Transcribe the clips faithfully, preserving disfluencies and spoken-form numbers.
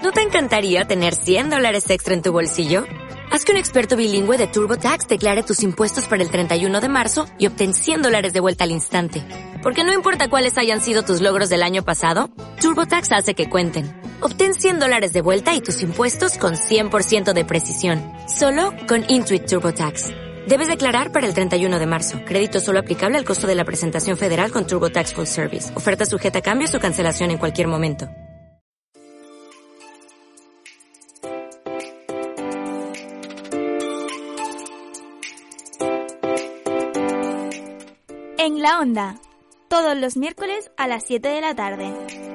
¿No te encantaría tener cien dólares extra en tu bolsillo? Haz que un experto bilingüe de TurboTax declare tus impuestos para el treinta y uno de marzo y obtén cien dólares de vuelta al instante. Porque no importa cuáles hayan sido tus logros del año pasado, TurboTax hace que cuenten. Obtén cien dólares de vuelta y tus impuestos con cien por ciento de precisión. Solo con Intuit TurboTax. Debes declarar para el treinta y uno de marzo. Crédito solo aplicable al costo de la presentación federal con TurboTax Full Service. Oferta sujeta a cambios o cancelación en cualquier momento. En la Onda, todos los miércoles a las siete de la tarde.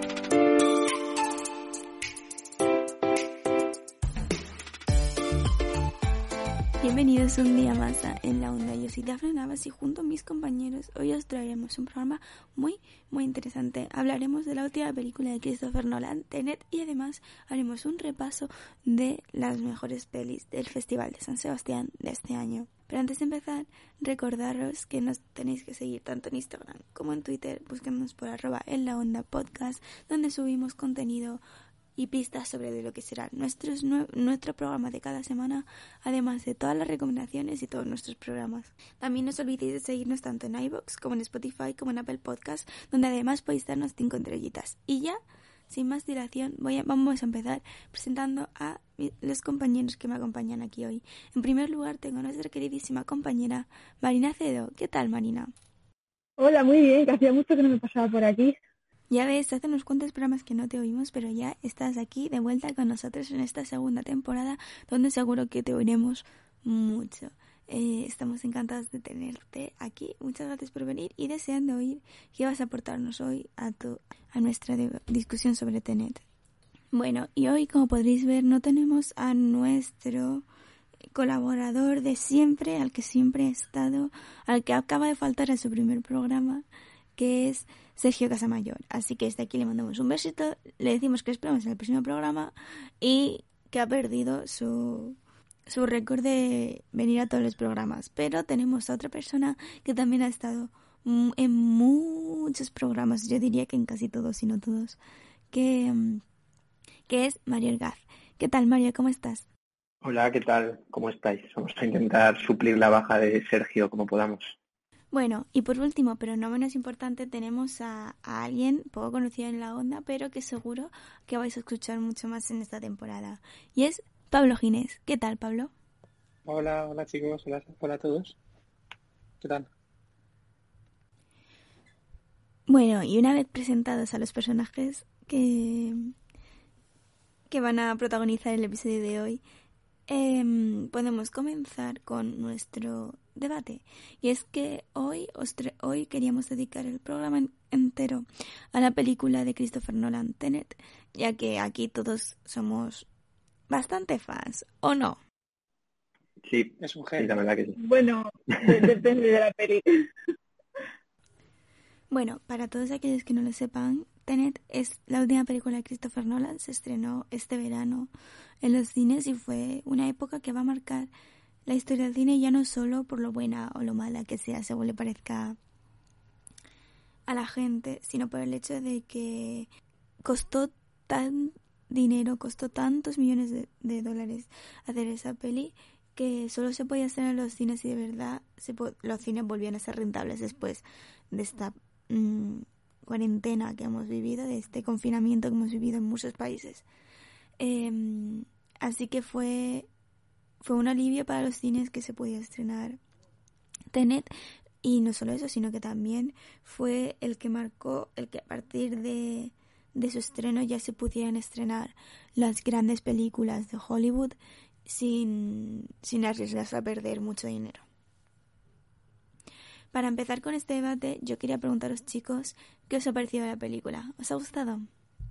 Bienvenidos un día más a En la Onda. Yo soy Dafne Navas y junto a mis compañeros hoy os traeremos un programa muy, muy interesante. Hablaremos de la última película de Christopher Nolan, Tenet, y además haremos un repaso de las mejores pelis del Festival de San Sebastián de este año. Pero antes de empezar, recordaros que nos tenéis que seguir tanto en Instagram como en Twitter. Búsquennos por arroba en la onda podcast, donde subimos contenido y pistas sobre de lo que será nuestros, nuestro programa de cada semana, además de todas las recomendaciones y todos nuestros programas. También no os olvidéis de seguirnos tanto en iVoox como en Spotify como en Apple Podcast, donde además podéis darnos cinco estrellitas. Y ya, sin más dilación, voy a, vamos a empezar presentando a los compañeros que me acompañan aquí hoy. En primer lugar tengo a nuestra queridísima compañera Marina Cedo. ¿Qué tal, Marina? Hola, muy bien, que hacía mucho que no me pasaba por aquí. Ya ves, hace unos cuantos programas que no te oímos, pero ya estás aquí de vuelta con nosotros en esta segunda temporada, donde seguro que te oiremos mucho. Eh, estamos encantados de tenerte aquí. Muchas gracias por venir y deseando oír qué vas a aportarnos hoy a, tu, a nuestra de- discusión sobre Tenet. Bueno, y hoy, como podréis ver, no tenemos a nuestro colaborador de siempre, al que siempre ha estado, al que acaba de faltar a su primer programa, que es Sergio Casamayor. Así que desde aquí le mandamos un besito, le decimos que esperamos en el próximo programa y que ha perdido su, su récord de venir a todos los programas. Pero tenemos a otra persona que también ha estado en muchos programas, yo diría que en casi todos, si no todos, que, que es Mario Orgaz. ¿Qué tal, Mario? ¿Cómo estás? Hola, ¿qué tal? ¿Cómo estáis? Vamos a intentar suplir la baja de Sergio como podamos. Bueno, y por último, pero no menos importante, tenemos a, a alguien poco conocido en la onda, pero que seguro que vais a escuchar mucho más en esta temporada. Y es Pablo Ginés. ¿Qué tal, Pablo? Hola, hola chicos, hola, hola a todos. ¿Qué tal? Bueno, y una vez presentados a los personajes que, que van a protagonizar el episodio de hoy, eh, podemos comenzar con nuestro debate. Y es que hoy, os tre- hoy queríamos dedicar el programa en- entero a la película de Christopher Nolan, Tenet, ya que aquí todos somos bastante fans, ¿o no? Sí, Es un sí, genio. la verdad que sí. Bueno, de- depende de la peli. Bueno, para todos aquellos que no lo sepan, Tenet es la última película de Christopher Nolan, se estrenó este verano en los cines y fue una época que va a marcar la historia del cine, ya no solo por lo buena o lo mala que sea, según le parezca a la gente, sino por el hecho de que costó tan dinero, costó tantos millones de, de dólares hacer esa peli, que solo se podía hacer en los cines y de verdad se po- los cines volvían a ser rentables después de esta mmm, cuarentena que hemos vivido, de este confinamiento que hemos vivido en muchos países. Eh, así que fue fue un alivio para los cines que se podía estrenar Tenet, y no solo eso, sino que también fue el que marcó el que a partir de, de su estreno ya se pudieran estrenar las grandes películas de Hollywood sin, sin arriesgarse a perder mucho dinero. Para empezar con este debate, yo quería preguntaros, chicos, ¿qué os ha parecido la película? ¿Os ha gustado?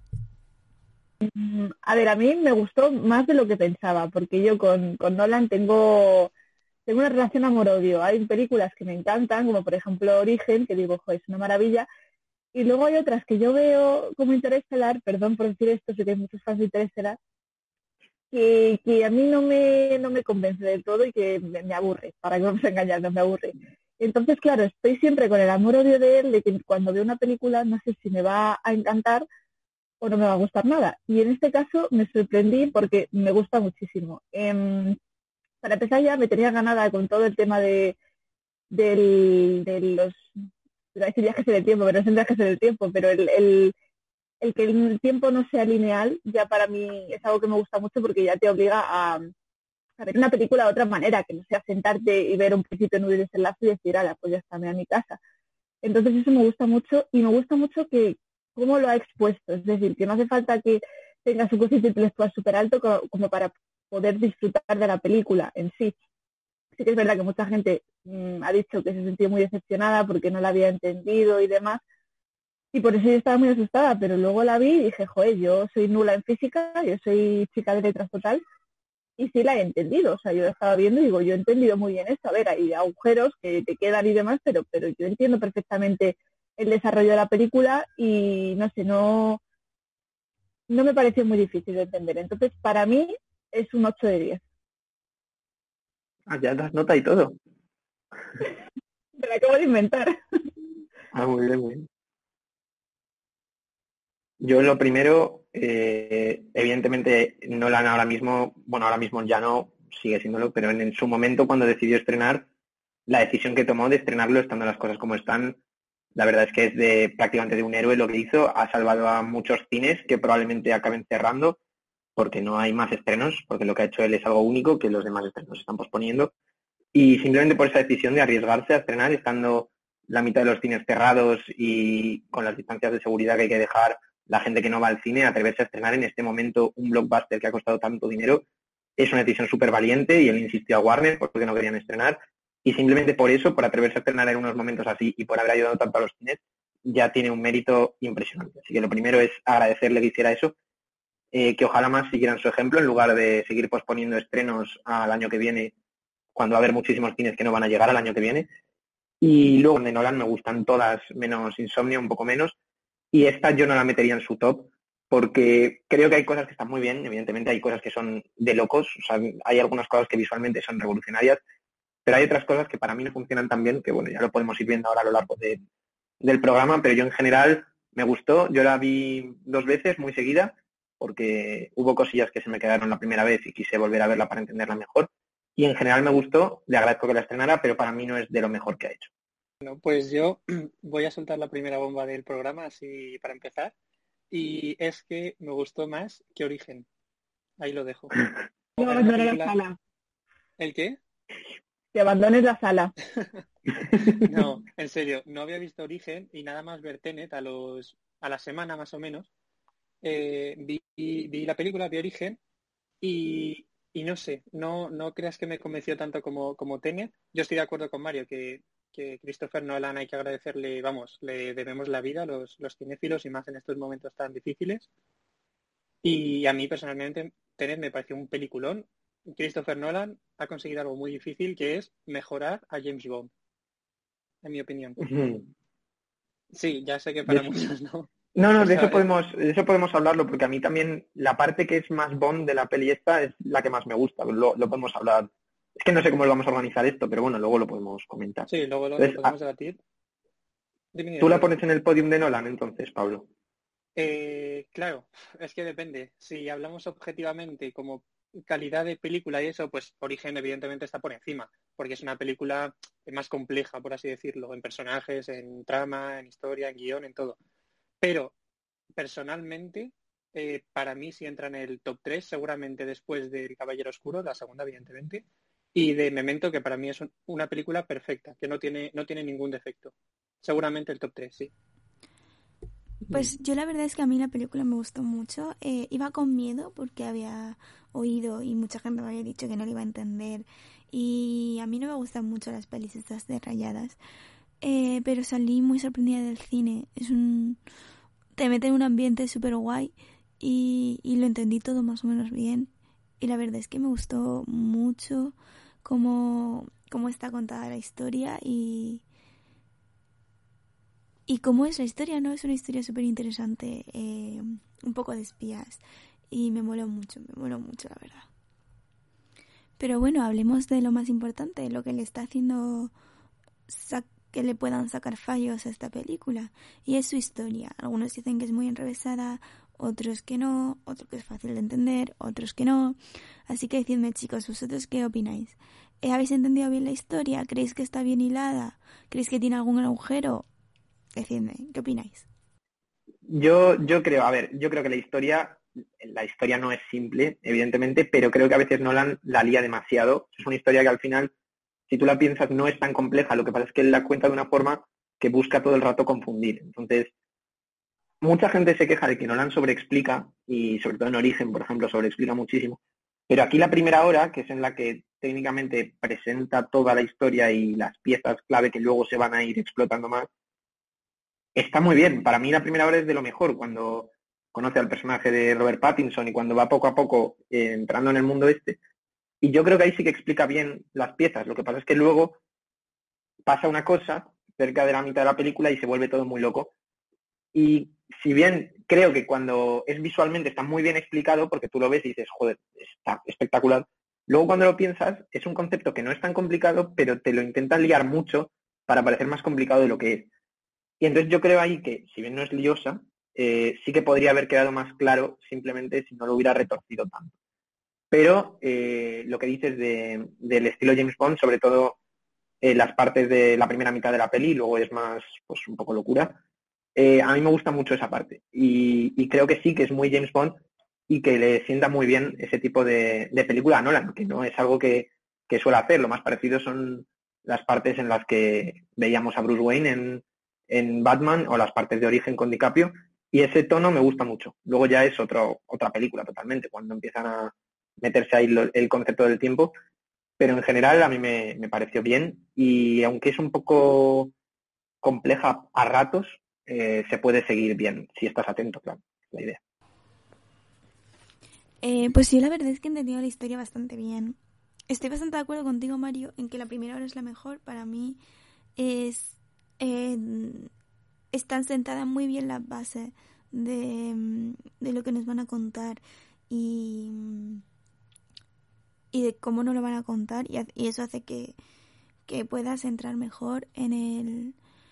A ver, a mí me gustó más de lo que pensaba, porque yo con, con Nolan tengo, tengo una relación amor-odio. Hay películas que me encantan, como por ejemplo Origen, que digo, jo, es una maravilla, y luego hay otras que yo veo como Interestelar, perdón por decir esto, sé que hay muchos fans de Interestelar, que, que a mí no me, no me convence del todo y que me, me aburre, para que no me engañar, no me aburre. Entonces, claro, estoy siempre con el amor-odio de él, de que cuando veo una película no sé si me va a encantar o no me va a gustar nada. Y en este caso me sorprendí porque me gusta muchísimo. Eh, para empezar ya me tenía ganada con todo el tema de, del, de los iba a decir viajes en el tiempo, pero no son viajes en el tiempo, pero el, el, el que el tiempo no sea lineal ya para mí es algo que me gusta mucho porque ya te obliga a, a ver una película de otra manera, que no sea sentarte y ver un principio, nudo y desenlace y decir, ala, pues ya está, me voy a mi casa. Entonces eso me gusta mucho y me gusta mucho que cómo lo ha expuesto, es decir, que no hace falta que tenga su cociente intelectual súper alto como, como para poder disfrutar de la película en sí. Sí que es verdad que mucha gente mmm, ha dicho que se sentía muy decepcionada porque no la había entendido y demás, y por eso yo estaba muy asustada, pero luego la vi y dije, joder, yo soy nula en física, yo soy chica de letras total, y sí la he entendido, o sea, yo estaba viendo y digo, yo he entendido muy bien esto, a ver, hay agujeros que te quedan y demás, pero, pero yo entiendo perfectamente el desarrollo de la película y no sé, no, no me pareció muy difícil de entender, entonces para mí es un ocho de diez. Ah, ya das nota y todo. Me la acabo de inventar. Ah, muy bien, muy bien. Yo lo primero, eh, evidentemente Nolan ahora mismo, bueno, ahora mismo ya no, sigue siéndolo, pero en, en su momento cuando decidió estrenar, la decisión que tomó de estrenarlo estando las cosas como están, la verdad es que es de prácticamente de un héroe lo que hizo, ha salvado a muchos cines que probablemente acaben cerrando porque no hay más estrenos, porque lo que ha hecho él es algo único que los demás estrenos se están posponiendo, y simplemente por esa decisión de arriesgarse a estrenar estando la mitad de los cines cerrados y con las distancias de seguridad que hay que dejar, la gente que no va al cine, atreverse a estrenar en este momento un blockbuster que ha costado tanto dinero, es una decisión súper valiente y él insistió a Warner porque no querían estrenar, y simplemente por eso, por atreverse a estrenar en unos momentos así y por haber ayudado tanto a los cines, ya tiene un mérito impresionante. Así que lo primero es agradecerle que hiciera eso, eh, que ojalá más siguieran su ejemplo en lugar de seguir posponiendo estrenos al año que viene, cuando va a haber muchísimos cines que no van a llegar al año que viene. Y luego de Nolan me gustan todas, menos Insomnia, un poco menos, y esta yo no la metería en su top, porque creo que hay cosas que están muy bien, evidentemente hay cosas que son de locos, o sea, hay algunas cosas que visualmente son revolucionarias, pero hay otras cosas que para mí no funcionan tan bien, que bueno, ya lo podemos ir viendo ahora a lo largo de, del programa, pero yo en general me gustó, yo la vi dos veces muy seguida, porque hubo cosillas que se me quedaron la primera vez y quise volver a verla para entenderla mejor, y en general me gustó, le agradezco que la estrenara, pero para mí no es de lo mejor que ha hecho. Bueno, pues yo voy a soltar la primera bomba del programa, así para empezar, y es que me gustó más que Origen. Ahí lo dejo. No Era una abandones película... la sala. ¿El qué? Que abandones la sala. No, en serio, no había visto Origen y nada más ver Tenet a los a la semana más o menos. Eh, vi, vi la película, vi Origen y, y no sé, no, no creas que me convenció tanto como, como Tenet. Yo estoy de acuerdo con Mario que, que Christopher Nolan hay que agradecerle, vamos, le debemos la vida a los, los cinéfilos y más en estos momentos tan difíciles. Y a mí personalmente Tenet me pareció un peliculón. Christopher Nolan ha conseguido algo muy difícil que es mejorar a James Bond, en mi opinión. Sí, ya sé que para de... muchos no. No, no, de Esa, eso podemos, de eso podemos hablarlo, porque a mí también la parte que es más Bond de la peli esta es la que más me gusta, lo, lo podemos hablar. Es que no sé cómo lo vamos a organizar esto, pero bueno, luego lo podemos comentar. sí, luego lo, Entonces, lo podemos debatir. Dime, dime, ¿tú la perdón. pones en el podium de Nolan entonces, Pablo? Eh, claro, es que depende. Si hablamos objetivamente como calidad de película y eso, pues Origen evidentemente está por encima, porque es una película más compleja, por así decirlo, en personajes, en trama, en historia, en guión, en todo. Pero personalmente, eh, para mí sí entra en el top tres, seguramente después de El Caballero Oscuro, la segunda evidentemente, y de Memento, que para mí es un, una película perfecta, que no tiene, no tiene ningún defecto. Seguramente el top tres, sí. Pues yo la verdad es que a mí la película me gustó mucho. Eh, iba con miedo porque había oído y mucha gente me había dicho que no la iba a entender. Y a mí no me gustan mucho las pelis estas de rayadas. Eh, pero salí muy sorprendida del cine. Es un... Te mete en un ambiente súper guay y, y lo entendí todo más o menos bien. Y la verdad es que me gustó mucho cómo, cómo está contada la historia y... Y cómo es la historia, ¿no? Es una historia súper interesante, eh, un poco de espías. Y me moló mucho, me moló mucho, la verdad. Pero bueno, hablemos de lo más importante, lo que le está haciendo que le puedan sacar fallos a esta película. Y es su historia. Algunos dicen que es muy enrevesada, otros que no, otro que es fácil de entender, otros que no. Así que decidme, chicos, ¿vosotros qué opináis? ¿Eh, ¿Habéis entendido bien la historia? ¿Creéis que está bien hilada? ¿Creéis que tiene algún agujero? Decidme, ¿qué opináis? Yo, yo creo, a ver, yo creo que la historia, la historia no es simple, evidentemente, pero creo que a veces Nolan la lía demasiado. Es una historia que al final, si tú la piensas, no es tan compleja. Lo que pasa es que él la cuenta de una forma que busca todo el rato confundir. Entonces, mucha gente se queja de que Nolan sobreexplica, y sobre todo en Origen, por ejemplo, sobreexplica muchísimo. Pero aquí la primera hora, que es en la que técnicamente presenta toda la historia y las piezas clave que luego se van a ir explotando más, está muy bien. Para mí la primera hora es de lo mejor, cuando conoce al personaje de Robert Pattinson y cuando va poco a poco eh, entrando en el mundo este. Y yo creo que ahí sí que explica bien las piezas. Lo que pasa es que luego pasa una cosa cerca de la mitad de la película y se vuelve todo muy loco. Y si bien creo que cuando es visualmente está muy bien explicado, porque tú lo ves y dices, joder, está espectacular, luego cuando lo piensas es un concepto que no es tan complicado, pero te lo intentas liar mucho para parecer más complicado de lo que es. Y entonces yo creo ahí que, si bien no es liosa, eh, sí que podría haber quedado más claro simplemente si no lo hubiera retorcido tanto. Pero eh, lo que dices de, del estilo James Bond, sobre todo eh, las partes de la primera mitad de la peli, luego es más, pues un poco locura, eh, a mí me gusta mucho esa parte. Y, y creo que sí, que es muy James Bond y que le sienta muy bien ese tipo de, de película a Nolan, que no es algo que, que suele hacer. Lo más parecido son las partes en las que veíamos a Bruce Wayne en en Batman o las partes de Origen con DiCaprio, y ese tono me gusta mucho. Luego ya es otro, otra película totalmente, cuando empiezan a meterse ahí lo, el concepto del tiempo, pero en general a mí me, me pareció bien, y aunque es un poco compleja a ratos, eh, se puede seguir bien, si estás atento, claro, es la idea. Eh, pues yo la verdad es que he entendido la historia bastante bien. Estoy bastante de acuerdo contigo, Mario, en que la primera hora es la mejor. Para mí es... Eh, están sentadas muy bien las bases de, de lo que nos van a contar y, y de cómo nos lo van a contar, y, y eso hace que, que puedas entrar mejor en el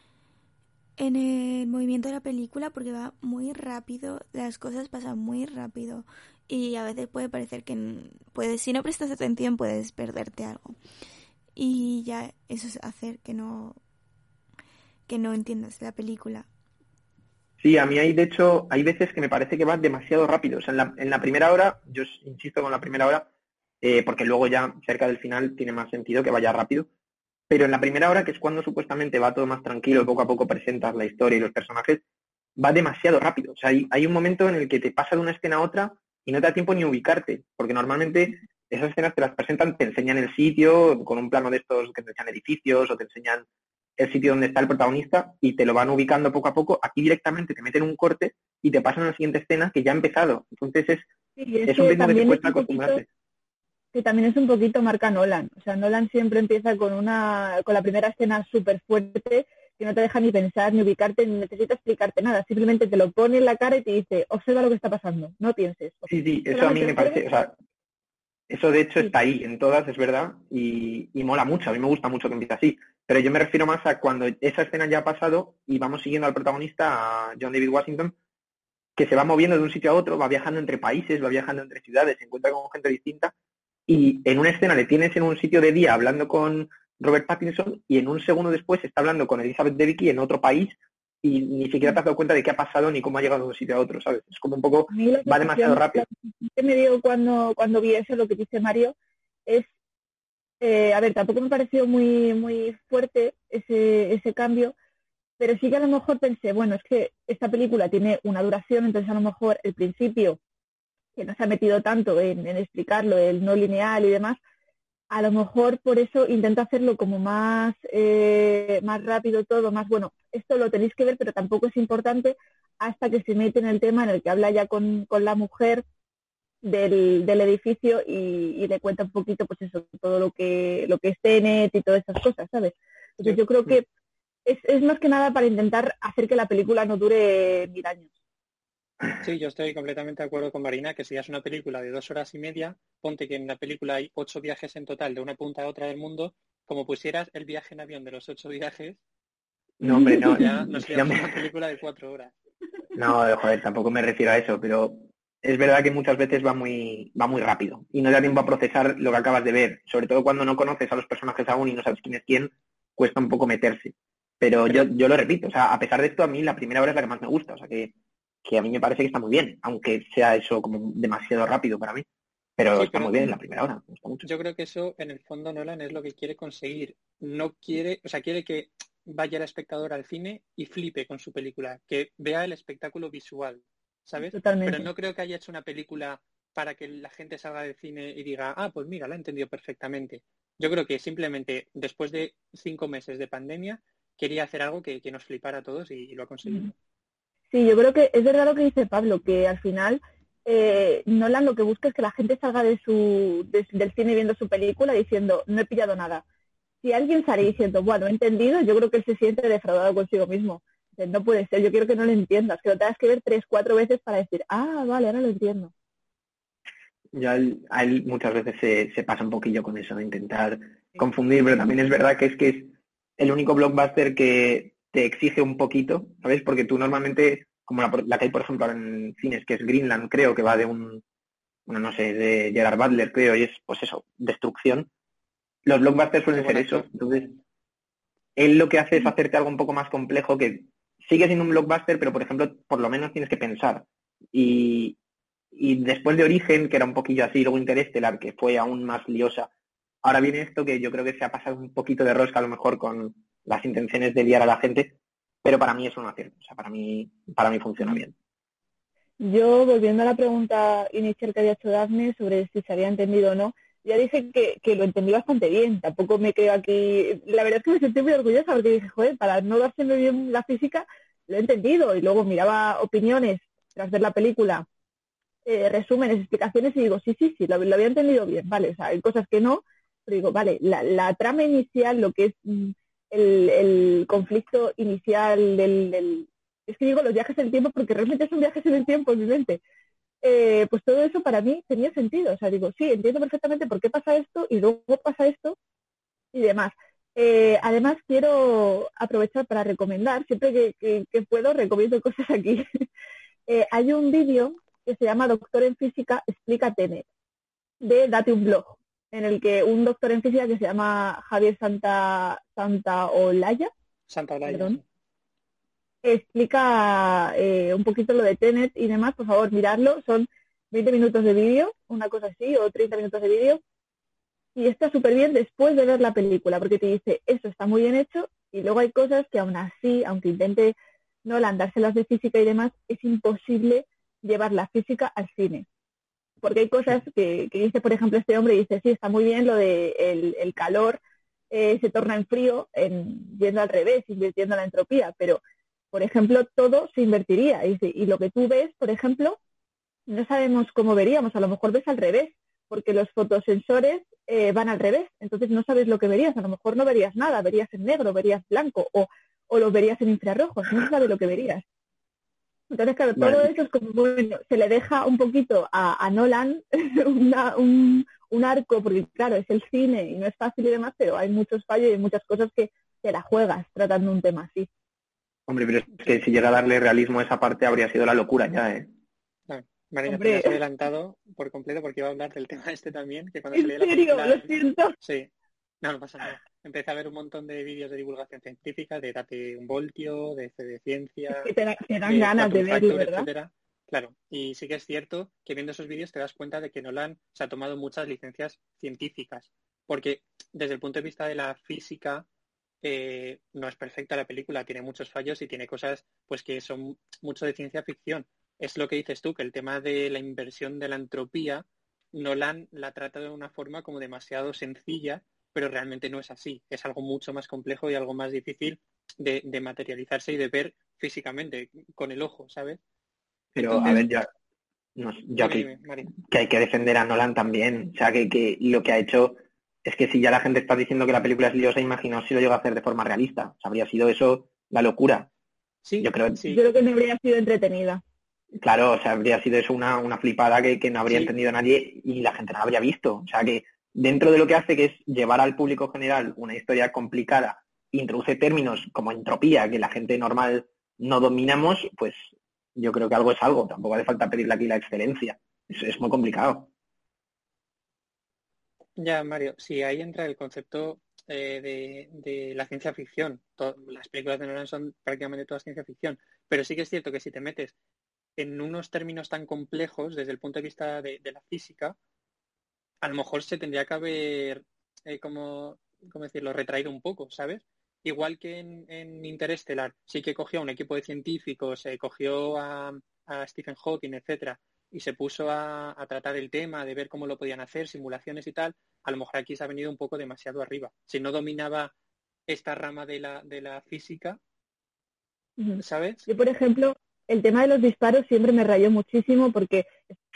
en el movimiento de la película, porque va muy rápido, las cosas pasan muy rápido y a veces puede parecer que puedes, si no prestas atención puedes perderte algo, y ya eso es hacer que no que no entiendas la película. Sí, a mí hay, de hecho, hay veces que me parece que va demasiado rápido. O sea, en la, en la primera hora, yo insisto con la primera hora, eh, porque luego ya cerca del final tiene más sentido que vaya rápido. Pero en la primera hora, que es cuando supuestamente va todo más tranquilo y poco a poco presentas la historia y los personajes, va demasiado rápido. O sea, hay, hay un momento en el que te pasa de una escena a otra y no te da tiempo ni ubicarte, porque normalmente esas escenas te las presentan, te enseñan el sitio con un plano de estos que te enseñan edificios o te enseñan el sitio donde está el protagonista y te lo van ubicando poco a poco. Aquí directamente te meten un corte y te pasan a la siguiente escena que ya ha empezado. Entonces es, sí, es, es un ritmo que te cuesta un poquito, acostumbrarse. Que también es un poquito marca Nolan. O sea, Nolan siempre empieza con una con la primera escena súper fuerte que no te deja ni pensar, ni ubicarte, ni necesita explicarte nada. Simplemente te lo pone en la cara y te dice, observa lo que está pasando, no pienses. Sí, sí, eso a mí me parece... O sea, eso de hecho sí. está ahí en todas, es verdad, y, y mola mucho. A mí me gusta mucho que empiece así. Pero yo me refiero más a cuando esa escena ya ha pasado y vamos siguiendo al protagonista, a John David Washington, que se va moviendo de un sitio a otro, va viajando entre países, va viajando entre ciudades, se encuentra con gente distinta, y en una escena le tienes en un sitio de día hablando con Robert Pattinson y en un segundo después está hablando con Elizabeth Debicki en otro país y ni siquiera te has dado cuenta de qué ha pasado ni cómo ha llegado de un sitio a otro, ¿sabes? Es como un poco, va demasiado rápido. Lo que me dio cuando, cuando vi eso, lo que dice Mario, es, eh, a ver, tampoco me pareció muy muy fuerte ese, ese cambio, pero sí que a lo mejor pensé, bueno, es que esta película tiene una duración, entonces a lo mejor el principio, que no se ha metido tanto en, en explicarlo, el no lineal y demás, a lo mejor por eso intento hacerlo como más eh, más rápido todo, más bueno, esto lo tenéis que ver, pero tampoco es importante, hasta que se mete en el tema en el que habla ya con, con la mujer del, del edificio y, y le cuenta un poquito, pues eso, todo lo que lo que es Tenet y todas esas cosas, ¿sabes? Entonces yo creo que es, es más que nada para intentar hacer que la película no dure mil años. Sí, yo estoy completamente de acuerdo con Marina, que si es una película de dos horas y media, ponte que en la película hay ocho viajes en total de una punta a otra del mundo, como pusieras el viaje en avión de los ocho viajes, no, hombre, no, ya nos no, quedamos una película de cuatro horas. No, joder, tampoco me refiero a eso, pero es verdad que muchas veces va muy, va muy rápido y no da tiempo a procesar lo que acabas de ver. Sobre todo cuando no conoces a los personajes aún y no sabes quién es quién, cuesta un poco meterse. Pero, Pero- yo, yo lo repito, o sea, a pesar de esto, a mí la primera hora es la que más me gusta, o sea, que, que a mí me parece que está muy bien, aunque sea eso como demasiado rápido para mí. Pero Sí, está pero muy bien la primera hora, me gusta mucho. yo creo que eso, en el fondo, Nolan es lo que quiere conseguir. No quiere, o sea, quiere que vaya el espectador al cine y flipe con su película, que vea el espectáculo visual, ¿sabes? Pero Totalmente. no creo que haya hecho una película para que la gente salga del cine y diga, ah, pues mira, la he entendido perfectamente. Yo creo que simplemente después de cinco meses de pandemia quería hacer algo que, que nos flipara a todos y, y lo ha conseguido. Sí, yo creo que es verdad lo que dice Pablo, que al final eh, Nolan lo que busca es que la gente salga de su, de- del cine viendo su película diciendo, no he pillado nada. Si alguien sale diciendo, bueno, he entendido, yo creo que él se siente defraudado consigo mismo. Dice, no puede ser, yo quiero que no lo entiendas, que lo tengas que ver tres, cuatro veces para decir, ah, vale, ahora lo entiendo. Ya a él, a él muchas veces se, se pasa un poquillo con eso, de intentar confundir, pero también es verdad que es que es el único blockbuster que te exige un poquito, ¿sabes? Porque tú normalmente, como la, la que hay por ejemplo ahora en cines, que es Greenland, creo que va de un, bueno, no sé, de Gerard Butler, creo, y es, pues eso, destrucción. Los blockbusters Qué suelen buen ser eso, actor. entonces él lo que hace es hacerte algo un poco más complejo que sigue siendo un blockbuster, pero por ejemplo, por lo menos tienes que pensar. Y, y después de Origen, que era un poquillo así, luego Interestelar, que fue aún más liosa, ahora viene esto que yo creo que se ha pasado un poquito de rosca a lo mejor con las intenciones de liar a la gente, pero para mí es un acierto, o sea, para mí, para mí funciona bien. Yo, volviendo a la pregunta inicial que había hecho Daphne sobre si se había entendido o no, ya dije que, que lo entendí bastante bien. Tampoco me creo aquí... La verdad es que me sentí muy orgullosa porque dije, joder, para no dárseme bien la física, lo he entendido. Y luego miraba opiniones tras ver la película, eh, resúmenes, explicaciones y digo, sí, sí, sí, lo, lo había entendido bien. Vale, o sea, hay cosas que no, pero digo, vale, la, la trama inicial, lo que es mm, el, el conflicto inicial del, del... Es que digo los viajes en el tiempo porque realmente son viajes en el tiempo en mi mente. Eh, pues todo eso para mí tenía sentido. O sea, digo, sí, entiendo perfectamente por qué pasa esto y luego pasa esto y demás. Eh, además, quiero aprovechar para recomendar, siempre que, que, que puedo, recomiendo cosas aquí. eh, hay un vídeo que se llama Doctor en Física Explica Tenet, de Date un Blog, en el que un doctor en física que se llama Javier Santa, Santa Olaya, Santa Olaya, perdón, sí. explica eh, un poquito lo de Tenet y demás. Por favor, miradlo. Son veinte minutos de vídeo, una cosa así, o treinta minutos de vídeo. Y está súper bien después de ver la película, porque te dice, eso está muy bien hecho, y luego hay cosas que aún así, aunque intente no dárselas de física y demás, es imposible llevar la física al cine. Porque hay cosas que, que dice, por ejemplo, este hombre, dice, sí, está muy bien lo de el, el calor eh, se torna en frío en, yendo al revés, invirtiendo la entropía, pero por ejemplo, todo se invertiría. Y, y lo que tú ves, por ejemplo, no sabemos cómo veríamos. A lo mejor ves al revés, porque los fotosensores eh, van al revés. Entonces no sabes lo que verías. A lo mejor no verías nada, verías en negro, verías blanco, o, o lo verías en infrarrojos. No sabes lo que verías. Entonces, claro, todo Vale. eso es como, bueno, se le deja un poquito a, a Nolan una, un, un arco, porque claro, es el cine y no es fácil y demás, pero hay muchos fallos y hay muchas cosas que te la juegas tratando un tema así. Hombre, pero es que si llega a darle realismo a esa parte habría sido la locura ya, ¿eh? No, Marina, te Hombre, has adelantado por completo porque iba a hablar del tema este también, que cuando en salía la serio, película... lo siento. Sí, no, no pasa nada. Empecé a ver un montón de vídeos de divulgación científica, de Date un voltio, de C de Es Ciencia, que te, da- te dan de ganas de Quantum verlo, Factor, ¿verdad? etcétera. Claro, y sí que es cierto que viendo esos vídeos te das cuenta de que Nolan se ha tomado muchas licencias científicas, porque desde el punto de vista de la física eh, no es perfecta la película, tiene muchos fallos y tiene cosas pues que son mucho de ciencia ficción. Es lo que dices tú, que el tema de la inversión de la entropía, Nolan la trata de una forma como demasiado sencilla, pero realmente no es así. Es algo mucho más complejo y algo más difícil de, de materializarse y de ver físicamente, con el ojo, ¿sabes? Pero a Entonces, ver, ya, no, yo dime, aquí dime, Mari. que hay que defender a Nolan también. O sea, que, que lo que ha hecho es que si ya la gente está diciendo que la película es liosa, imaginaos si lo llega a hacer de forma realista. O sea, habría sido eso la locura. Sí, Yo creo, Yo sí, creo que no habría sido entretenida. claro, o sea, habría sido eso una, una flipada que, que no habría sí, entendido nadie y la gente no la habría visto. O sea, que dentro de lo que hace, que es llevar al público general una historia complicada, introduce términos como entropía, que la gente normal no dominamos, pues yo creo que algo es algo, tampoco hace falta pedirle aquí la excelencia, es, es muy complicado. Ya, Mario, sí, ahí entra el concepto eh, de, de la ciencia ficción. To- las películas de Nolan son prácticamente todas ciencia ficción, pero sí que es cierto que si te metes en unos términos tan complejos desde el punto de vista de, de la física, a lo mejor se tendría que haber, eh, como, ¿cómo decirlo?, retraído un poco, ¿sabes? Igual que en, en Interestelar, sí que cogió a un equipo de científicos, se cogió a, a Stephen Hawking, etcétera, y se puso a, a tratar el tema de ver cómo lo podían hacer, simulaciones y tal. A lo mejor aquí se ha venido un poco demasiado arriba. Si no dominaba esta rama de la, de la física, Ujú. ¿sabes? Yo, por ejemplo, el tema de los disparos siempre me rayó muchísimo porque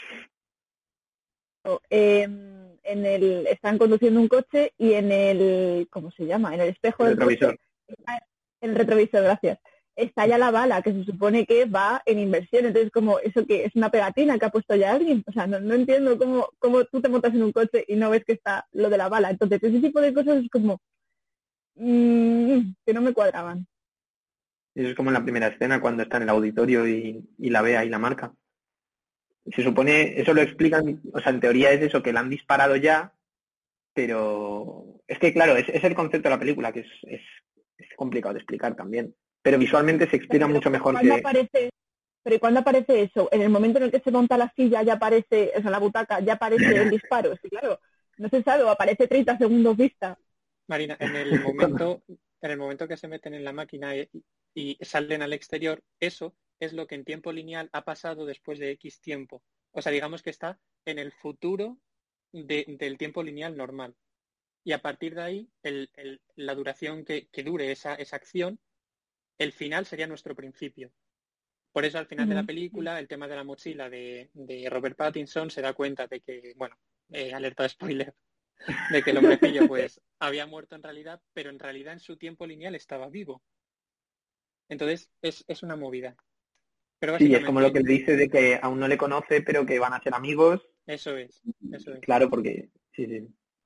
eh, en el están conduciendo un coche y en el, ¿cómo se llama? En el espejo El del retrovisor. coche, está- el retrovisor, gracias, está ya la bala, que se supone que va en inversión. Entonces, como eso que es una pegatina que ha puesto ya alguien, o sea, no, no entiendo cómo, cómo tú te montas en un coche y no ves que está lo de la bala. Entonces, ese tipo de cosas es como mm, que no me cuadraban. Eso es como en la primera escena cuando está en el auditorio y, y la ve ahí la marca. Se supone, eso lo explican, o sea, en teoría es eso, que la han disparado ya, pero es que claro, es, es el concepto de la película, que es, es, es complicado de explicar también. Pero visualmente se explica Pero mucho mejor cuando que... aparece, pero ¿y cuándo aparece eso? En el momento en el que se monta la silla ya aparece, o sea, la butaca, ya aparece el disparo. Sí, claro, no se sabe, o aparece treinta segundos vista. Marina, en el momento, en el momento que se meten en la máquina y, y salen al exterior, eso es lo que en tiempo lineal ha pasado después de X tiempo. O sea, digamos que está en el futuro de- del tiempo lineal normal. Y a partir de ahí, el- el- la duración que, que dure esa, esa acción, el final sería nuestro principio. Por eso al final de la Ujú. película, el tema de la mochila de, de Robert Pattinson se da cuenta de que, bueno, eh, alerta de spoiler, de que el hombrecillo pues había muerto en realidad, pero en realidad en su tiempo lineal estaba vivo. Entonces es, es una movida. Pero Sí, es como lo básicamente que le dice de que aún no le conoce, pero que van a ser amigos. eso es, eso es. Claro, porque... Sí, sí.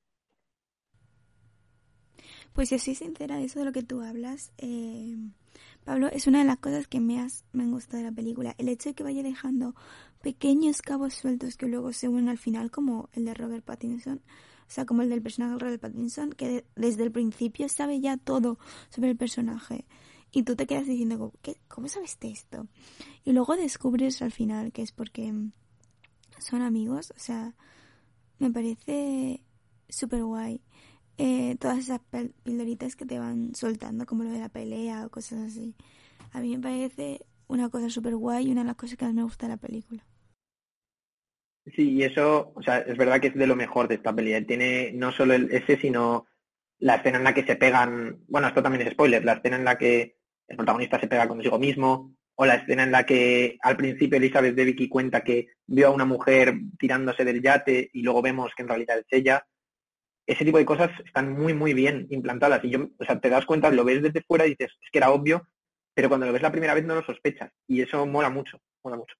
Pues si soy sincera, eso de lo que tú hablas, eh, Pablo, es una de las cosas que me, has, me han gustado de la película. El hecho de que vaya dejando pequeños cabos sueltos que luego se unen al final, como el de Robert Pattinson, o sea, como el del personaje de Robert Pattinson, que de, desde el principio sabe ya todo sobre el personaje. Y tú te quedas diciendo, ¿qué, ¿cómo sabes esto? Y luego descubres al final que es porque son amigos, o sea, me parece súper guay. Eh, todas esas pildoritas que te van soltando, como lo de la pelea o cosas así. A mí me parece una cosa súper guay y una de las cosas que más me gusta de la película. Sí, y eso, o sea, es verdad que es de lo mejor de esta peli. Tiene no solo el, ese, sino la escena en la que se pegan, bueno, esto también es spoiler, la escena en la que el protagonista se pega consigo mismo, o la escena en la que al principio Elizabeth Debicki cuenta que vio a una mujer tirándose del yate y luego vemos que en realidad es ella. Ese tipo de cosas están muy, muy bien implantadas. Y yo, o sea, te das cuenta, lo ves desde fuera y dices, es que era obvio, pero cuando lo ves la primera vez no lo sospechas. Y eso mola mucho, mola mucho.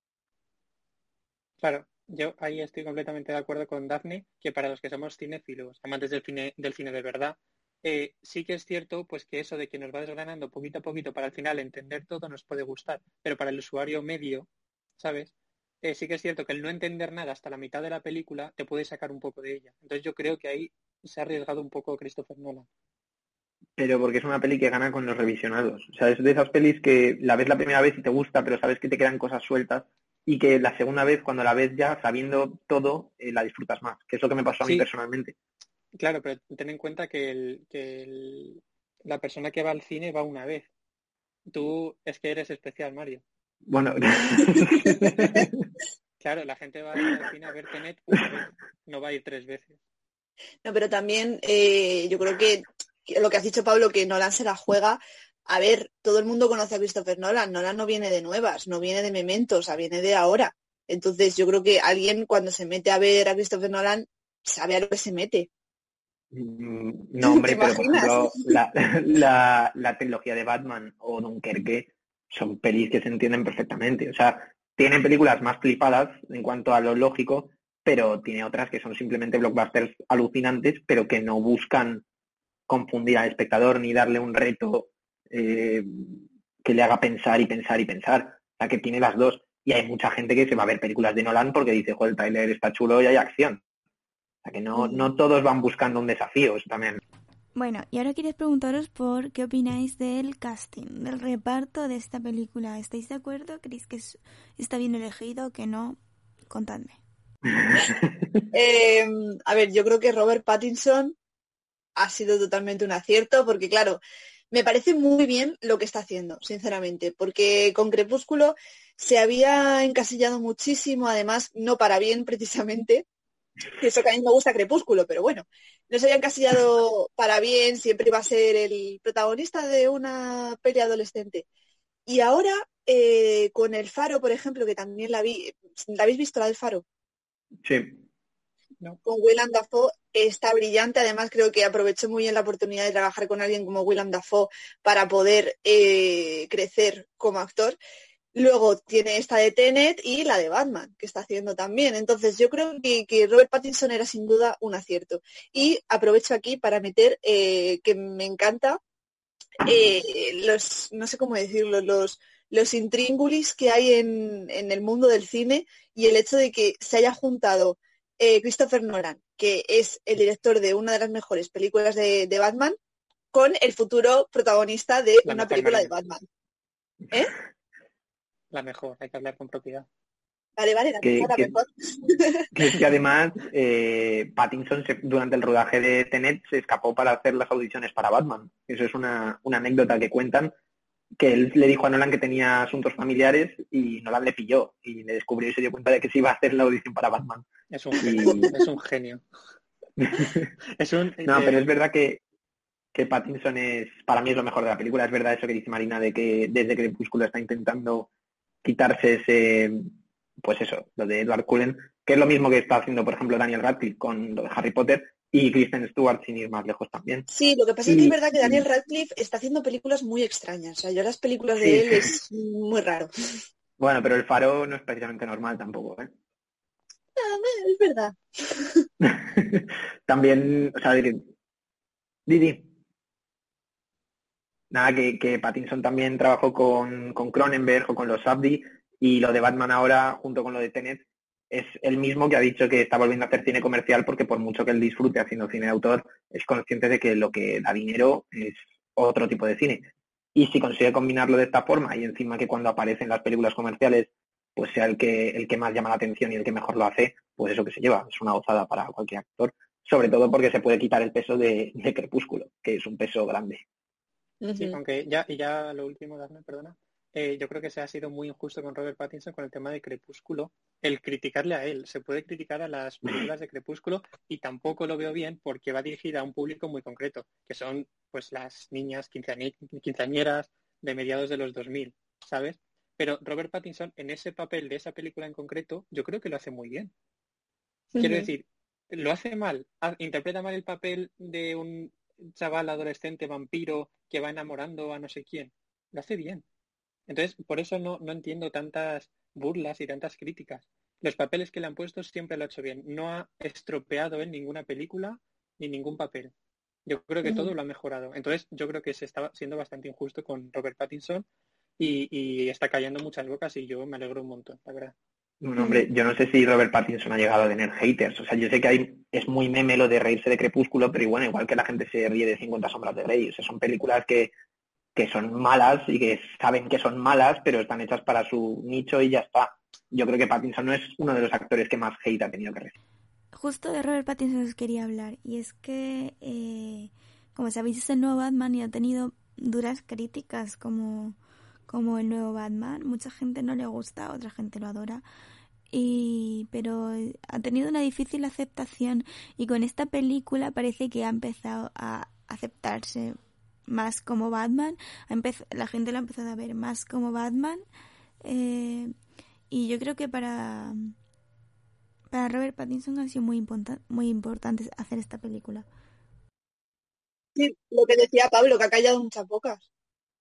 Claro, yo ahí estoy completamente de acuerdo con Daphne, que para los que somos cinéfilos, amantes del cine, del cine de verdad, eh, sí que es cierto pues que eso de que nos va desgranando poquito a poquito para al final entender todo nos puede gustar, pero para el usuario medio, ¿sabes? Eh, sí que es cierto que el no entender nada hasta la mitad de la película te puede sacar un poco de ella. Entonces yo creo que ahí se ha arriesgado un poco Christopher Nolan. Pero porque es una peli que gana con los revisionados. O sea, es de esas pelis que la ves la primera vez y te gusta, pero sabes que te quedan cosas sueltas y que la segunda vez, cuando la ves ya sabiendo todo, eh, la disfrutas más, que es lo que me pasó a mí Sí, personalmente. claro, pero ten en cuenta que, el, que el, la persona que va al cine va una vez. Tú es que eres especial, Mario. Bueno, Claro, la gente va a ir al cine a ver Tenet una vez, no va a ir tres veces. No, pero también eh, yo creo que, que lo que has dicho, Pablo, que Nolan se la juega. A ver, todo el mundo conoce a Christopher Nolan. Nolan no viene de nuevas, no viene de Memento, o sea, viene de ahora. Entonces yo creo que alguien cuando se mete a ver a Christopher Nolan sabe a lo que se mete. no, ¿Te hombre, pero por imaginas? ejemplo, la, la, la trilogía de Batman o Dunkerque son pelis que se entienden perfectamente. O sea, tienen películas más flipadas en cuanto a lo lógico, pero tiene otras que son simplemente blockbusters alucinantes, pero que no buscan confundir al espectador ni darle un reto eh, que le haga pensar y pensar y pensar. sea, que tiene las dos. Y hay mucha gente que se va a ver películas de Nolan porque dice, joder, el tráiler está chulo y hay acción. O sea, que no, no todos van buscando un desafío, eso también. Bueno, y ahora quería preguntaros por qué opináis del casting, del reparto de esta película. ¿Estáis de acuerdo? ¿Creéis que es, está bien elegido o que no? Contadme. eh, a ver, yo creo que Robert Pattinson ha sido totalmente un acierto porque, claro, me parece muy bien lo que está haciendo, sinceramente, porque con Crepúsculo se había encasillado muchísimo, además, no para bien precisamente, que eso que a mí me gusta Crepúsculo, pero bueno, no se había encasillado para bien, siempre iba a ser el protagonista de una peli adolescente. Y ahora, eh, con El Faro, por ejemplo, que también la vi, ¿la habéis visto, la del Faro? Sí. No. Con Willem Dafoe está brillante, además creo que aprovechó muy bien la oportunidad de trabajar con alguien como Willem Dafoe para poder eh, crecer como actor. Luego tiene esta de Tenet y la de Batman, que está haciendo también. Entonces yo creo que, que Robert Pattinson era sin duda un acierto. Y aprovecho aquí para meter eh, que me encanta eh, los, no sé cómo decirlo, los, los intríngulis que hay en, en el mundo del cine y el hecho de que se haya juntado eh, Christopher Nolan, que es el director de una de las mejores películas de, de Batman, con el futuro protagonista de La una mejor película manera. de Batman. ¿Eh? La mejor, hay que hablar con propiedad. Vale, vale, la Que, mejor, la que, mejor. que es que además eh, Pattinson se, durante el rodaje de Tenet se escapó para hacer las audiciones para Batman. Eso es una, una anécdota que cuentan, que él le dijo a Nolan que tenía asuntos familiares y Nolan le pilló y le descubrió y se dio cuenta de que se iba a hacer la audición para Batman. Es un genio, Y... es un genio. es un, no, eh, pero es verdad que, que Pattinson es, para mí es lo mejor de la película. Es verdad eso que dice Marina de que desde Crepúsculo está intentando quitarse ese, pues eso, lo de Edward Cullen, que es lo mismo que está haciendo, por ejemplo, Daniel Radcliffe con lo de Harry Potter y Kristen Stewart, sin ir más lejos también. Sí, lo que pasa y, es que es verdad que Daniel Radcliffe está haciendo películas muy extrañas. O sea, yo las películas de sí. él es muy raro. Bueno, pero El Faro no es precisamente normal tampoco, ¿eh? Ah, es verdad. También, o sea, Didi. Nada, que, que Pattinson también trabajó con, con Cronenberg o con los Safdie, y lo de Batman ahora, junto con lo de Tenet, es el mismo que ha dicho que está volviendo a hacer cine comercial porque por mucho que él disfrute haciendo cine de autor, es consciente de que lo que da dinero es otro tipo de cine. Y si consigue combinarlo de esta forma y encima que cuando aparecen las películas comerciales pues sea el que, el que más llama la atención y el que mejor lo hace, pues eso que se lleva, es una gozada para cualquier actor, sobre todo porque se puede quitar el peso de, de Crepúsculo, que es un peso grande. Sí, Uh-huh. aunque ya, y ya lo último, Dafne, perdona, eh, yo creo que se ha sido muy injusto con Robert Pattinson con el tema de Crepúsculo, el criticarle a él. Se puede criticar a las películas de Crepúsculo y tampoco lo veo bien porque va dirigida a un público muy concreto, que son pues las niñas quinceañe- quinceañeras de mediados de los dos mil, ¿sabes? Pero Robert Pattinson en ese papel de esa película en concreto, yo creo que lo hace muy bien. Uh-huh. Quiero decir, lo hace mal, ha- interpreta mal el papel de un chaval adolescente vampiro que va enamorando a no sé quién. Lo hace bien. Entonces, por eso no, no entiendo tantas burlas y tantas críticas. Los papeles que le han puesto siempre lo ha hecho bien. No ha estropeado en ninguna película ni ningún papel. Yo creo que Uh-huh. todo lo ha mejorado. Entonces, yo creo que se está siendo bastante injusto con Robert Pattinson y, y está cayendo muchas bocas y yo me alegro un montón, la verdad. Bueno, hombre, yo no sé si Robert Pattinson ha llegado a tener haters. O sea, yo sé que hay, es muy meme lo de reírse de Crepúsculo, pero bueno, igual que la gente se ríe de cincuenta sombras de Grey. O sea, son películas que, que son malas y que saben que son malas, pero están hechas para su nicho y ya está. Yo creo que Pattinson no es uno de los actores que más hate ha tenido que recibir. Justo de Robert Pattinson os quería hablar, y es que, eh, como sabéis, es el nuevo Batman y ha tenido duras críticas como, como el nuevo Batman. Mucha gente no le gusta, otra gente lo adora, y pero ha tenido una difícil aceptación, y con esta película parece que ha empezado a aceptarse más como Batman. Ha empez- la gente lo ha empezado a ver más como Batman, eh, y yo creo que para... Para Robert Pattinson ha sido muy, importa- muy importante hacer esta película. Sí, lo que decía Pablo, que ha callado muchas bocas.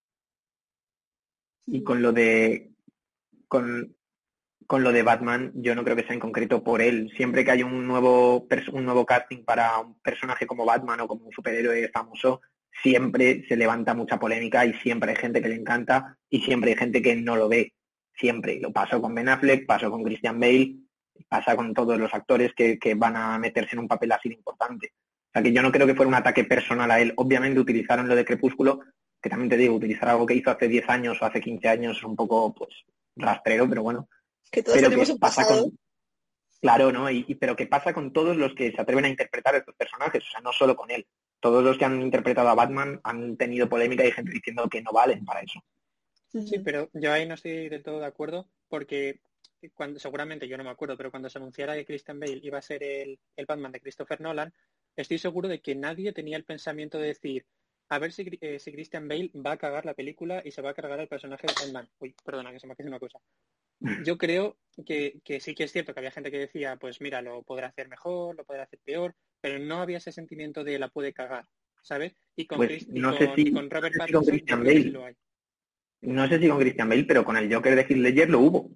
Y con lo de con, con lo de Batman, yo no creo que sea en concreto por él. Siempre que hay un nuevo pers- un nuevo casting para un personaje como Batman o como un superhéroe famoso, siempre se levanta mucha polémica y siempre hay gente que le encanta y siempre hay gente que no lo ve. siempre. Lo pasó con Ben Affleck, pasó con Christian Bale, pasa con todos los actores que, que van a meterse en un papel así de importante. O sea que yo no creo que fuera un ataque personal a él. Obviamente utilizaron lo de Crepúsculo, que también te digo, utilizar algo que hizo hace diez años o hace quince años es un poco pues rastrero, pero bueno. Que todos pero tenemos que un pasa pasado. con... Claro, ¿no? Y, y pero ¿qué pasa con todos los que se atreven a interpretar a estos personajes? O sea, no solo con él. Todos los que han interpretado a Batman han tenido polémica y gente diciendo que no valen para eso. Sí, pero yo ahí no estoy del todo de acuerdo porque cuando seguramente, yo no me acuerdo, pero cuando se anunciara que Christian Bale iba a ser el, el Batman de Christopher Nolan, estoy seguro de que nadie tenía el pensamiento de decir, a ver si, eh, si Christian Bale va a cagar la película y se va a cargar al personaje de Batman. Uy, perdona, que se me ha quedado una cosa. Yo creo que, que sí que es cierto que había gente que decía, pues mira, lo podrá hacer mejor, lo podrá hacer peor, pero no había ese sentimiento de la puede cagar, ¿sabes? Y con, Pues Chris, y no con, sé si, y con Robert no sé si con Pattinson yo Christian creo que sí Bale. lo hay. No sé si con Christian Bale, pero con el Joker de Heath Ledger lo hubo.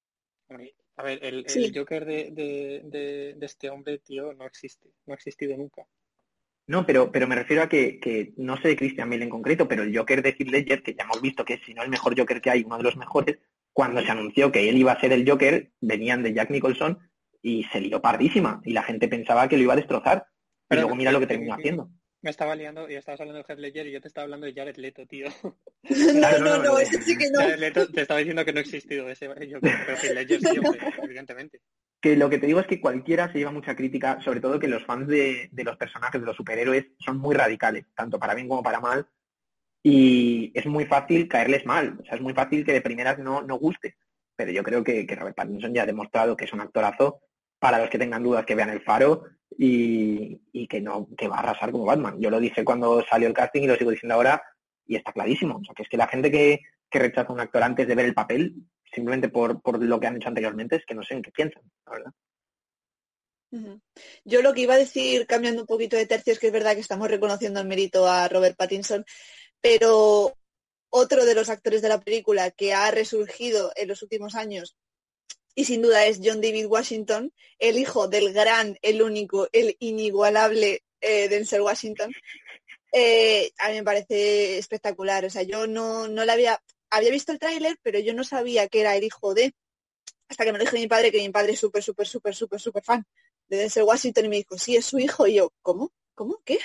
A ver, el, Sí. el Joker de, de, de, de este hombre, tío, no existe, no ha existido nunca. No, pero, pero me refiero a que, que no sé de Christian Bale en concreto, pero el Joker de Heath Ledger, que ya hemos visto que es, si no el mejor Joker que hay, uno de los mejores, cuando se anunció que él iba a ser el Joker, venían de Jack Nicholson y se lió pardísima. Y la gente pensaba que lo iba a destrozar. Y Pero luego mira que- lo que que terminó haciendo. Me estaba liando y estabas hablando de Heath Ledger y yo te estaba hablando de Jared Leto, tío. No, Claro, no, no, no, no, lo de- ese sí que no. Jared Leto te estaba diciendo que no ha existido ese Joker, pero Heath Ledger sí, hombre, evidentemente. Que lo que te digo es que cualquiera se lleva mucha crítica, sobre todo que los fans de, de los personajes, de los superhéroes, son muy radicales, tanto para bien como para mal, y es muy fácil caerles mal, o sea, es muy fácil que de primeras no, no guste, pero yo creo que, que Robert Pattinson ya ha demostrado que es un actorazo, para los que tengan dudas que vean El Faro, y, y que no que va a arrasar como Batman. Yo lo dije cuando salió el casting y lo sigo diciendo ahora, y está clarísimo, o sea, que es que la gente que, que rechaza a un actor antes de ver el papel, simplemente por, por lo que han hecho anteriormente, es que no sé en qué piensan, la verdad. Ujú. Yo lo que iba a decir, cambiando un poquito de tercio, es que es verdad que estamos reconociendo el mérito a Robert Pattinson, pero otro de los actores de la película que ha resurgido en los últimos años, y sin duda es John David Washington, el hijo del gran, el único, el inigualable eh, Denzel Washington, eh, a mí me parece espectacular. O sea, yo no, no le había, había visto el tráiler, pero yo no sabía que era el hijo de, hasta que me lo dijo mi padre, que mi padre es súper, súper, súper, súper, súper fan de Denzel Washington, y me dijo, sí, es su hijo, y yo, ¿cómo? ¿Cómo? ¿Qué?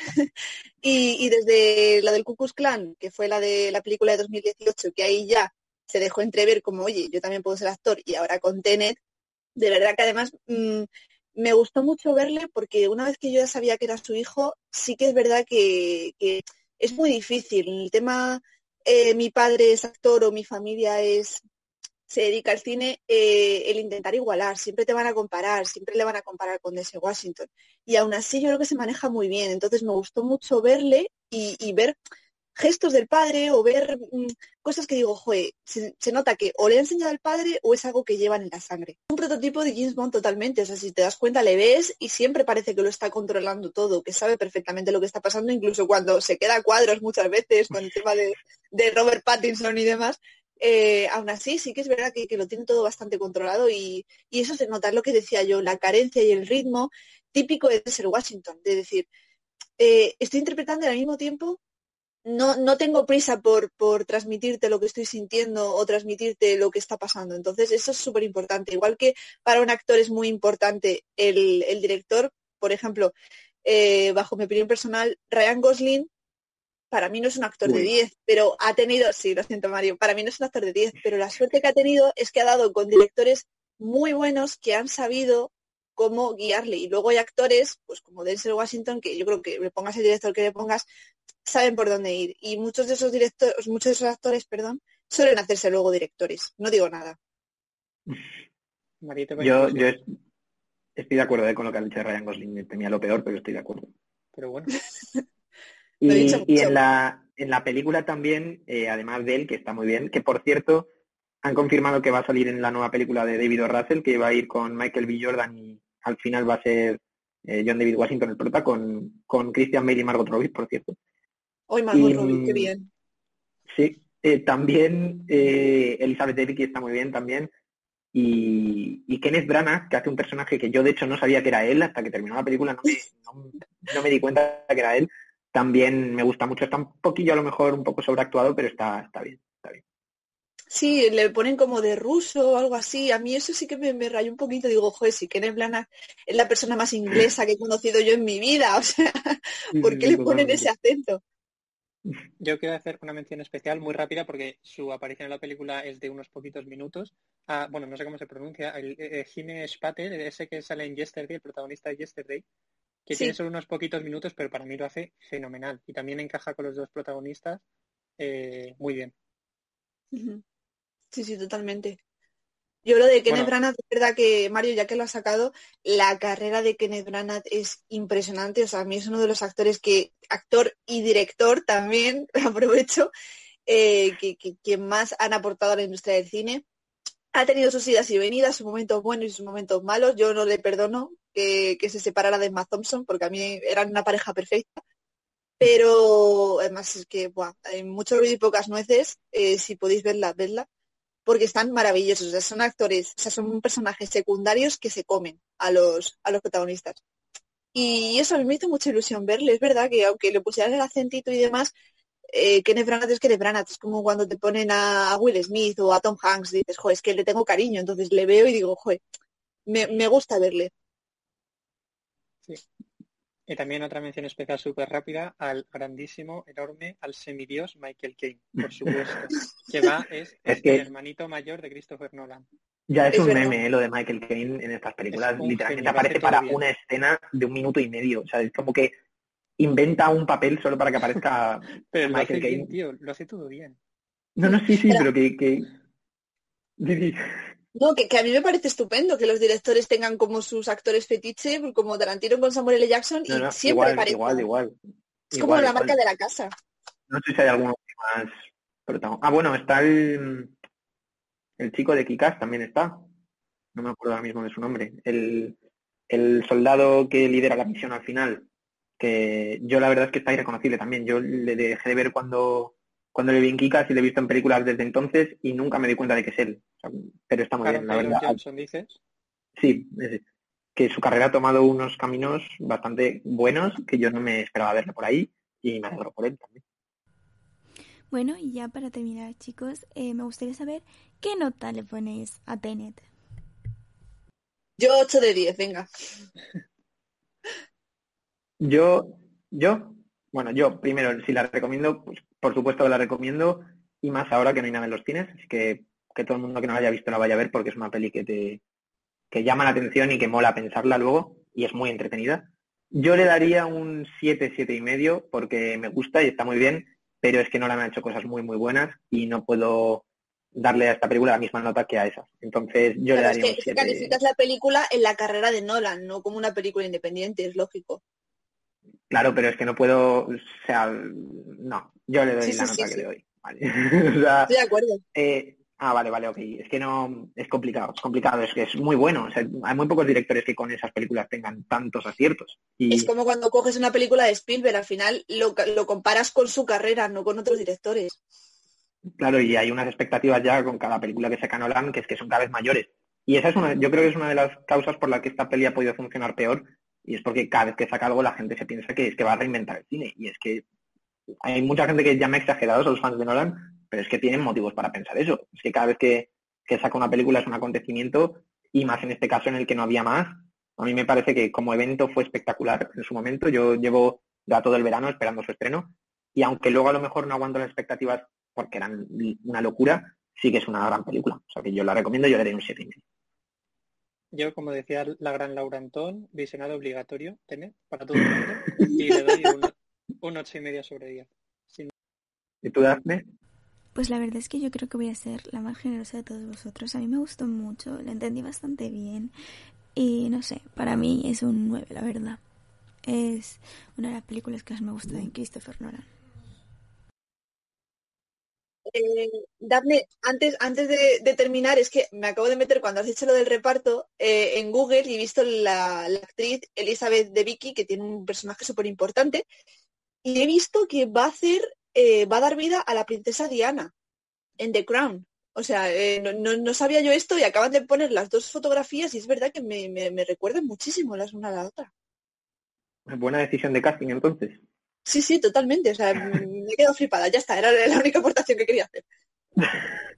y, y desde la del Ku Klux Klan, que fue la de la película de dos mil dieciocho, que ahí ya se dejó entrever como, oye, yo también puedo ser actor, y ahora con Tenet, de verdad que además mmm, me gustó mucho verle, porque una vez que yo ya sabía que era su hijo, sí que es verdad que, que es muy difícil. El tema, eh, mi padre es actor o mi familia es se dedica al cine, eh, el intentar igualar, siempre te van a comparar, siempre le van a comparar con Denzel Washington. Y aún así yo creo que se maneja muy bien. Entonces me gustó mucho verle y, y ver gestos del padre o ver mmm, cosas que digo, joder, se, se nota que o le ha enseñado al padre o es algo que llevan en la sangre. Un prototipo de James Bond totalmente, o sea, si te das cuenta le ves y siempre parece que lo está controlando todo, que sabe perfectamente lo que está pasando, incluso cuando se queda a cuadros muchas veces con el tema de, de Robert Pattinson y demás. Eh, aún así, sí que es verdad que, que lo tiene todo bastante controlado y, y eso se nota, es lo que decía yo, la carencia y el ritmo típico de ser Washington, de decir, eh, estoy interpretando y al mismo tiempo no, no tengo prisa por, por transmitirte lo que estoy sintiendo o transmitirte lo que está pasando. Entonces, eso es súper importante. Igual que para un actor es muy importante el, el director, por ejemplo, eh, bajo mi opinión personal, Ryan Gosling, para mí no es un actor de diez, pero ha tenido, sí, lo siento Mario, para mí no es un actor de diez, pero la suerte que ha tenido es que ha dado con directores muy buenos que han sabido cómo guiarle. Y luego hay actores, pues como Denzel Washington, que yo creo que le pongas el director que le pongas, saben por dónde ir. Y muchos de esos directores, muchos de esos actores, perdón, suelen hacerse luego directores. No digo nada. Marito va Yo, incluso. yo es- estoy de acuerdo eh, con lo que ha dicho Ryan Gosling. Tenía lo peor, pero estoy de acuerdo. Pero bueno, Lo he dicho Y, y mucho. en la en la película también, eh, además de él, que está muy bien, que por cierto, han confirmado que va a salir en la nueva película de David O. Russell, que va a ir con Michael B. Jordan y al final va a ser eh, John David Washington el prota, con, con Christian Bale y Margot Robbie, por cierto. Hoy Margot Y Robbie, qué mm, bien. sí, eh, también eh, Elizabeth Debicki está muy bien también. Y, y Kenneth Branagh, que hace un personaje que yo de hecho no sabía que era él, hasta que terminó la película no me, no, no me di cuenta que era él, también me gusta mucho. Está un poquillo a lo mejor un poco sobreactuado, pero está, está bien, está bien. Sí, le ponen como de ruso o algo así. A mí eso sí que me, me rayó un poquito. Digo, joder, si Kenneth Branagh es la persona más inglesa que he conocido yo en mi vida. O sea, Sí, ¿por sí, qué sí, le ponen ese totalmente. acento? Yo quiero hacer una mención especial muy rápida porque su aparición en la película es de unos poquitos minutos. Ah, bueno, no sé cómo se pronuncia. El, eh, Jime Spater, ese que sale en Yesterday, el protagonista de Yesterday, que tiene Sí. solo unos poquitos minutos, pero para mí lo hace fenomenal. Y también encaja con los dos protagonistas eh, muy bien. Ujú. Sí, sí, totalmente. Yo lo de Kenneth Bueno, Branagh, es verdad que, Mario, ya que lo ha sacado, la carrera de Kenneth Branagh es impresionante. O sea, a mí es uno de los actores que, actor y director también, aprovecho, eh, que, que, que más han aportado a la industria del cine. Ha tenido sus idas y venidas, sus momentos buenos y sus momentos malos. Yo no le perdono que, que se separara de Emma Thompson, porque a mí eran una pareja perfecta. Pero además es que, buah, hay mucho ruido y pocas nueces. Eh, si podéis verla, vedla, porque están maravillosos. O sea, son actores, o sea, son personajes secundarios que se comen a los, a los protagonistas. Y eso a mí me hizo mucha ilusión verle. Es verdad que aunque le pusieran el acentito y demás, eh, Kenneth Branagh es Kenneth Branagh. Es como cuando te ponen a Will Smith o a Tom Hanks, dices, joder, es que le tengo cariño. Entonces le veo y digo, joder, me, me gusta verle. sí. Y también otra mención especial súper rápida al grandísimo, enorme, al semidios Michael Caine, por supuesto. Que va, es, Es es el que hermanito mayor de Christopher Nolan. ya es Es un verdad. meme, ¿eh? Lo de Michael Caine en estas Es películas. un Literalmente genio, lo hace aparece todo para bien. una escena de un minuto y medio. O sea, es como que inventa un papel solo para que aparezca Pero lo Michael hace bien, Caine. tío, lo hace todo bien. No, no, sí, sí, Pero, pero que... que... sí, sí. no, que, que a mí me parece estupendo que los directores tengan como sus actores fetiche, como Tarantino con Samuel L. Jackson, No, y no, siempre igual, igual, aparezcan. igual. Es como Igual, la marca igual. de la casa. No sé si hay alguno más protagonista. Ah, bueno, está el, el chico de Kick-Ass, también está. No me acuerdo ahora mismo de su nombre. El, el soldado que lidera la misión al final, que yo la verdad es que está irreconocible también. Yo le dejé de ver cuando, cuando le vi en Kick-Ass y le he visto en películas desde entonces y nunca me di cuenta de que es él. O sea, pero está muy bien, Aaron la Taylor verdad. Johnson, dices. Sí, ese. Que su carrera ha tomado unos caminos bastante buenos que yo no me esperaba verlo por ahí y me alegro por él también. Bueno, y ya para terminar, chicos, eh, me gustaría saber qué nota le ponéis a Tenet. Yo ocho de diez, venga. Yo, yo, bueno, yo primero, si la recomiendo, pues por supuesto la recomiendo, y más ahora que no hay nada en los cines, así que que todo el mundo que no la haya visto la vaya a ver porque es una peli que te que llama la atención y que mola pensarla luego y es muy entretenida. Yo le daría un siete, siete y medio porque me gusta y está muy bien, pero es que Nolan ha hecho cosas muy muy buenas y no puedo darle a esta película la misma nota que a esas. Entonces yo le Claro, es daría que, un es que siete. calificas la película en la carrera de Nolan, no como una película independiente, es lógico. Claro, pero es que no puedo, o sea, no, yo le doy Sí, la sí, sí, nota que le sí. doy, ¿vale? O sea, Estoy de acuerdo. eh, ah, vale, vale, ok, es que no, es complicado, es complicado, es que es muy bueno, o sea, hay muy pocos directores que con esas películas tengan tantos aciertos, Es y como cuando coges una película de Spielberg, al final lo, lo comparas con su carrera, no con otros directores. claro, y hay unas expectativas ya con cada película que saca Nolan que es que son cada vez mayores, y esa es una, yo creo que es una de las causas por la que esta peli ha podido funcionar peor, y es porque cada vez que saca algo la gente se piensa que es que va a reinventar el cine, y es que hay mucha gente que llama exagerados a los fans de Nolan, pero es que tienen motivos para pensar eso. Es que cada vez que, que saca una película es un acontecimiento, y más en este caso en el que no había más. A mí me parece que como evento fue espectacular en su momento. Yo llevo ya todo el verano esperando su estreno, y aunque luego a lo mejor no aguanto las expectativas porque eran una locura, sí que es una gran película. O sea que yo la recomiendo, yo le daré un siete y medio. Yo, como decía la gran Laura Antón, visionado obligatorio, Tenet, para todo el mundo, y le doy un, un ocho y medio sobre diez. Sin... ¿Y tú, Dafne? Pues la verdad es que yo creo que voy a ser la más generosa de todos vosotros. A mí me gustó mucho, la entendí bastante bien. Y no sé, para mí es un nueve, la verdad. Es una de las películas que más me gusta de Christopher Nolan. Eh, Daphne, antes, antes de, de terminar, es que me acabo de meter cuando has dicho lo del reparto eh, en Google y he visto la, la actriz Elizabeth Debicki, que tiene un personaje súper importante, y he visto que va a hacer, eh, va a dar vida a la princesa Diana en The Crown. O sea, eh, no, no, no sabía yo esto y acaban de poner las dos fotografías y es verdad que me, me, me recuerdan muchísimo las una a la otra. Buena decisión de casting entonces. Sí, sí, totalmente. O sea, me he quedado flipada. Ya está, era la única aportación que quería hacer.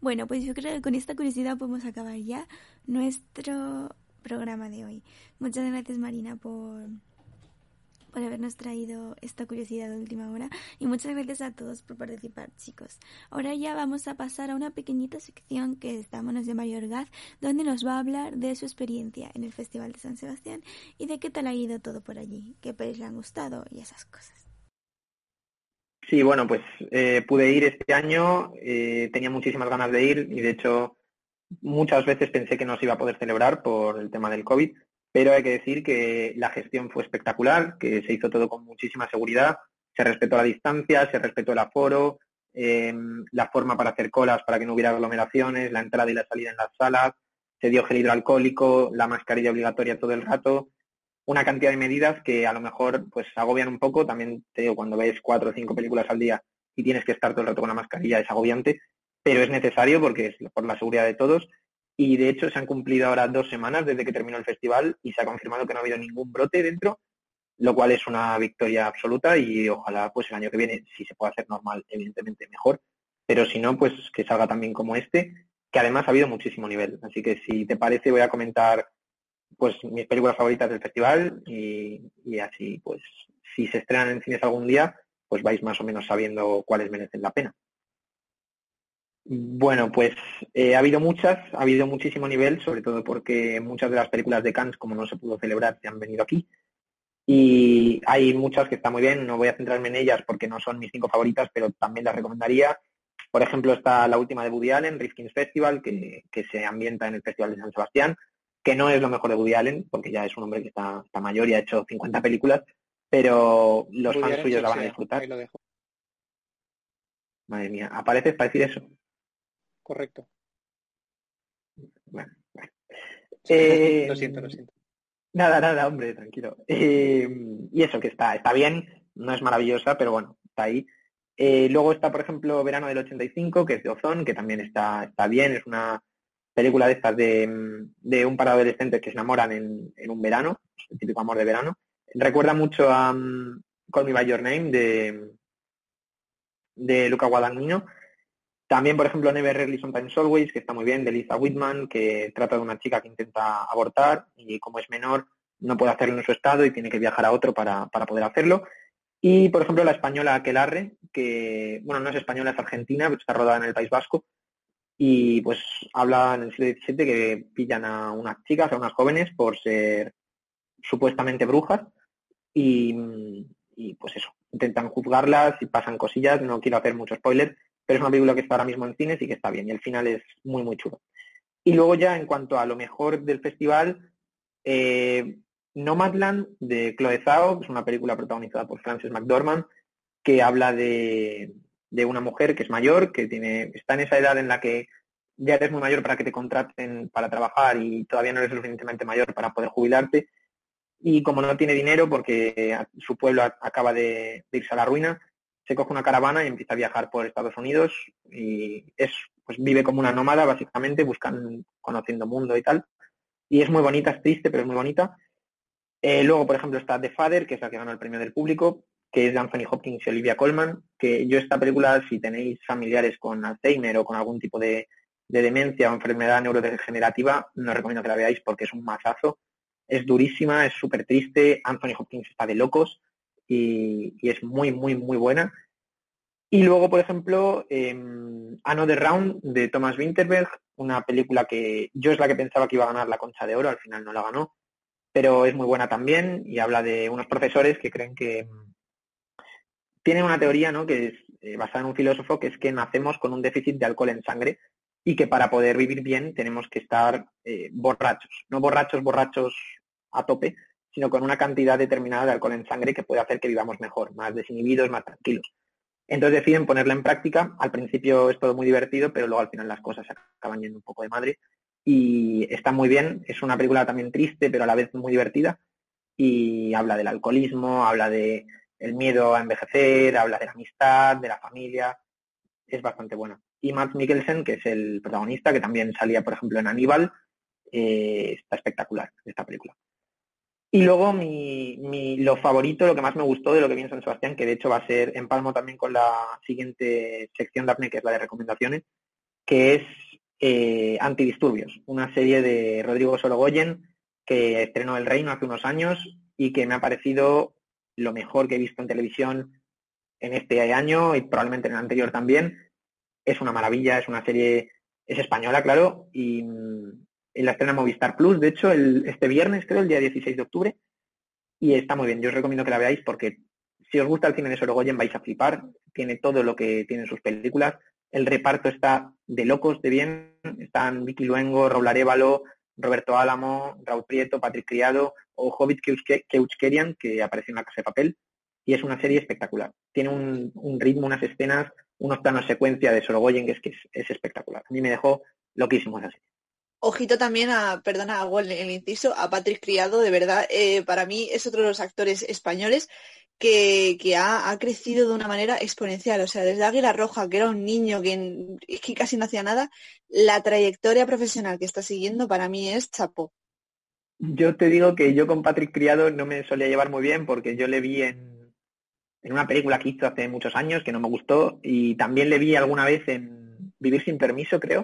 Bueno, pues yo creo que con esta curiosidad podemos acabar ya nuestro programa de hoy. Muchas gracias, Marina, por, por habernos traído esta curiosidad de última hora, y muchas gracias a todos por participar, chicos. Ahora ya vamos a pasar a una pequeñita sección que está a manos de Mayor Gaz, donde nos va a hablar de su experiencia en el Festival de San Sebastián y de qué tal ha ido todo por allí, qué pelis le han gustado y esas cosas. Sí, bueno, pues eh, pude ir este año, eh, tenía muchísimas ganas de ir y de hecho muchas veces pensé que no se iba a poder celebrar por el tema del COVID, pero hay que decir que la gestión fue espectacular, que se hizo todo con muchísima seguridad, se respetó la distancia, se respetó el aforo, eh, la forma para hacer colas para que no hubiera aglomeraciones, la entrada y la salida en las salas, se dio gel hidroalcohólico, la mascarilla obligatoria todo el rato, una cantidad de medidas que a lo mejor pues agobian un poco. También te digo, cuando ves cuatro o cinco películas al día y tienes que estar todo el rato con la mascarilla es agobiante, pero es necesario porque es por la seguridad de todos. Y de hecho se han cumplido ahora dos semanas desde que terminó el festival y se ha confirmado que no ha habido ningún brote dentro, lo cual es una victoria absoluta y ojalá pues el año que viene, si se puede hacer normal, evidentemente mejor, pero si no, pues que salga también como este, que además ha habido muchísimo nivel. Así que si te parece voy a comentar pues mis películas favoritas del festival y, y así pues si se estrenan en cines algún día pues vais más o menos sabiendo cuáles merecen la pena. Bueno, pues eh, ha habido muchas, ha habido muchísimo nivel, sobre todo porque muchas de las películas de Cannes, como no se pudo celebrar, se han venido aquí. Y hay muchas que están muy bien, no voy a centrarme en ellas porque no son mis cinco favoritas, pero también las recomendaría. Por ejemplo, está la última de Woody Allen, Rifkin's Festival, que, que se ambienta en el Festival de San Sebastián, que no es lo mejor de Woody Allen, porque ya es un hombre que está, está mayor y ha hecho cincuenta películas, pero los Woody fans Allen suyos la van a sea, disfrutar. ahí lo dejo. Madre mía, ¿apareces para decir eso? Correcto. Bueno, bueno. Eh... Eh, lo siento, lo siento. Nada, nada, hombre, tranquilo. Eh, y eso, que está, está bien, no es maravillosa, pero bueno, está ahí. Eh, luego está, por ejemplo, Verano del ochenta y cinco, que es de Ozón, que también está, está bien, es una película de estas de, de un par de adolescentes que se enamoran en, en un verano, el típico amor de verano. Recuerda mucho a um, Call Me By Your Name de, de Luca Guadagnino. También, por ejemplo, Never Rarely Sometimes Always, que está muy bien, de Lisa Whitman, que trata de una chica que intenta abortar y como es menor no puede hacerlo en su estado y tiene que viajar a otro para, para poder hacerlo. Y, por ejemplo, la española Aquelarre, que, bueno, no es española, es argentina, pero está rodada en el País Vasco y pues habla en el siglo diecisiete que pillan a unas chicas, a unas jóvenes por ser supuestamente brujas y, y pues eso, intentan juzgarlas y pasan cosillas, no quiero hacer mucho spoiler, pero es una película que está ahora mismo en cines y que está bien, y el final es muy, muy chulo. Y luego ya, en cuanto a lo mejor del festival, eh, Nomadland, de Chloe Zhao, que es una película protagonizada por Frances McDormand, que habla de, de una mujer que es mayor, que tiene está en esa edad en la que ya eres muy mayor para que te contraten para trabajar y todavía no eres lo suficientemente mayor para poder jubilarte, y como no tiene dinero porque su pueblo acaba de, de irse a la ruina, se coge una caravana y empieza a viajar por Estados Unidos y es pues vive como una nómada básicamente, buscan, conociendo mundo y tal, y es muy bonita, es triste pero es muy bonita. Eh, luego, por ejemplo, está The Father, que es la que ganó el premio del público, que es de Anthony Hopkins y Olivia Colman, que yo esta película, si tenéis familiares con Alzheimer o con algún tipo de, de demencia o enfermedad neurodegenerativa, no os recomiendo que la veáis porque es un masazo. Es durísima, es súper triste, Anthony Hopkins está de locos y, y es muy, muy, muy buena. Y luego, por ejemplo, eh, Another Round, de Thomas Vinterberg, una película que yo es la que pensaba que iba a ganar la Concha de Oro, al final no la ganó, pero es muy buena también y habla de unos profesores que creen que tienen una teoría, ¿no?, que es eh, basada en un filósofo, que es que nacemos con un déficit de alcohol en sangre y que para poder vivir bien tenemos que estar eh, borrachos, no borrachos, borrachos a tope, sino con una cantidad determinada de alcohol en sangre que puede hacer que vivamos mejor, más desinhibidos, más tranquilos. Entonces deciden ponerla en práctica. Al principio es todo muy divertido, pero luego al final las cosas se acaban yendo un poco de madre y está muy bien. Es una película también triste, pero a la vez muy divertida y habla del alcoholismo, habla de el miedo a envejecer, habla de la amistad, de la familia. Es bastante buena. Y Mads Mikkelsen, que es el protagonista, que también salía, por ejemplo, en Aníbal, eh, está espectacular esta película. Y luego mi, mi lo favorito, lo que más me gustó de lo que vi en San Sebastián, que de hecho va a ser empalmo también con la siguiente sección, Daphne, que es la de recomendaciones, que es eh, Antidisturbios, una serie de Rodrigo Sorogoyen que estrenó El Reino hace unos años y que me ha parecido lo mejor que he visto en televisión en este año y probablemente en el anterior también. Es una maravilla, es una serie, es española, claro, y, y la estrena Movistar Plus, de hecho, el, este viernes, creo, el día dieciséis de octubre, y está muy bien. Yo os recomiendo que la veáis porque si os gusta el cine de Sorogoyen vais a flipar, tiene todo lo que tienen sus películas, el reparto está de locos de bien, están Vicky Luengo, Raúl Arévalo, Roberto Álamo, Raúl Prieto, Patrick Criado o Hobbit Keuchkerian, que aparece en La Casa de Papel, y es una serie espectacular. Tiene un, un ritmo, unas escenas, unos planos secuencia de Sorogoyen que es que es, es espectacular. A mí me dejó loquísimo esa serie. Ojito también a, perdona, hago el, el inciso, a Patrick Criado, de verdad, eh, para mí es otro de los actores españoles que, que ha, ha crecido de una manera exponencial. O sea, desde Águila Roja, que era un niño que, que casi no hacía nada, la trayectoria profesional que está siguiendo para mí es chapó. Yo te digo que yo con Patrick Criado no me solía llevar muy bien porque yo le vi en, en una película que hizo hace muchos años que no me gustó y también le vi alguna vez en Vivir sin permiso, creo.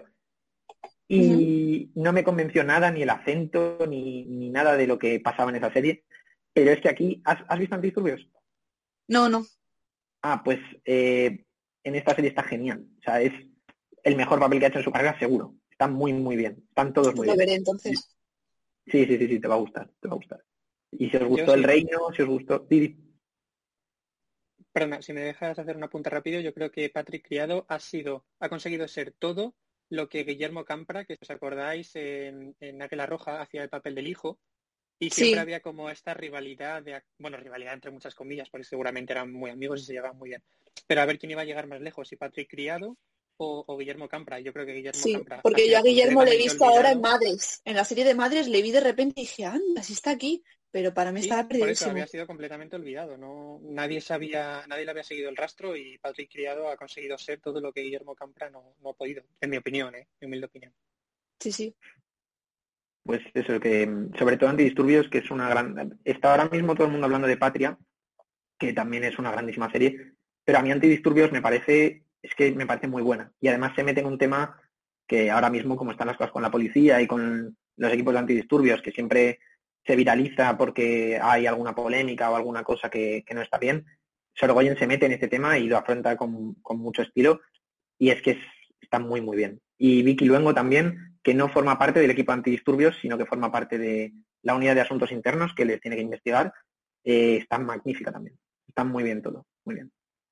Y uh-huh. no me convenció nada, ni el acento, ni, ni nada de lo que pasaba en esa serie. Pero es que aquí, ¿has, ¿has visto Antidisturbios? No, no. Ah, pues eh, en esta serie está genial. O sea, es el mejor papel que ha hecho en su carrera, seguro. Está muy, muy bien. Están todos muy lo bien. Lo veré entonces. Sí, sí, sí, sí, te va a gustar, te va a gustar. Y si os gustó El Reino, si os gustó... Sí, Perdona, si me dejas hacer un apunte rápido, yo creo que Patrick Criado ha sido, ha conseguido ser todo lo que Guillermo Campra, que os acordáis, en, en Águila Roja hacía el papel del hijo, y siempre sí. había como esta rivalidad, de, bueno, rivalidad entre muchas comillas, porque seguramente eran muy amigos y se llevaban muy bien, pero a ver quién iba a llegar más lejos, si Patrick Criado o, o Guillermo Campra. Yo creo que Guillermo sí, Campra porque yo a Guillermo le he visto olvidado. Ahora en Madres, en la serie de Madres le vi de repente y dije, anda, si está aquí, pero para mí sí, estaba perdidísimo. Por eso había sido completamente olvidado, no, nadie sabía, nadie le había seguido el rastro y Patrick Criado ha conseguido ser todo lo que Guillermo Campra no, no ha podido, en mi opinión, ¿eh? Mi humilde opinión. Sí, sí. Pues eso, que sobre todo Antidisturbios, que es una gran... Está ahora mismo todo el mundo hablando de Patria, que también es una grandísima serie, pero a mí Antidisturbios me parece, es que me parece muy buena. Y además se mete en un tema que ahora mismo, como están las cosas con la policía y con los equipos de antidisturbios, que siempre se viraliza porque hay alguna polémica o alguna cosa que, que no está bien, Sorogoyen se mete en este tema y lo afronta con, con mucho estilo, y es que es, está muy, muy bien. Y Vicky Luengo también, que no forma parte del equipo de antidisturbios, sino que forma parte de la unidad de asuntos internos que les tiene que investigar, eh, está magnífica también. Está muy bien todo, muy bien.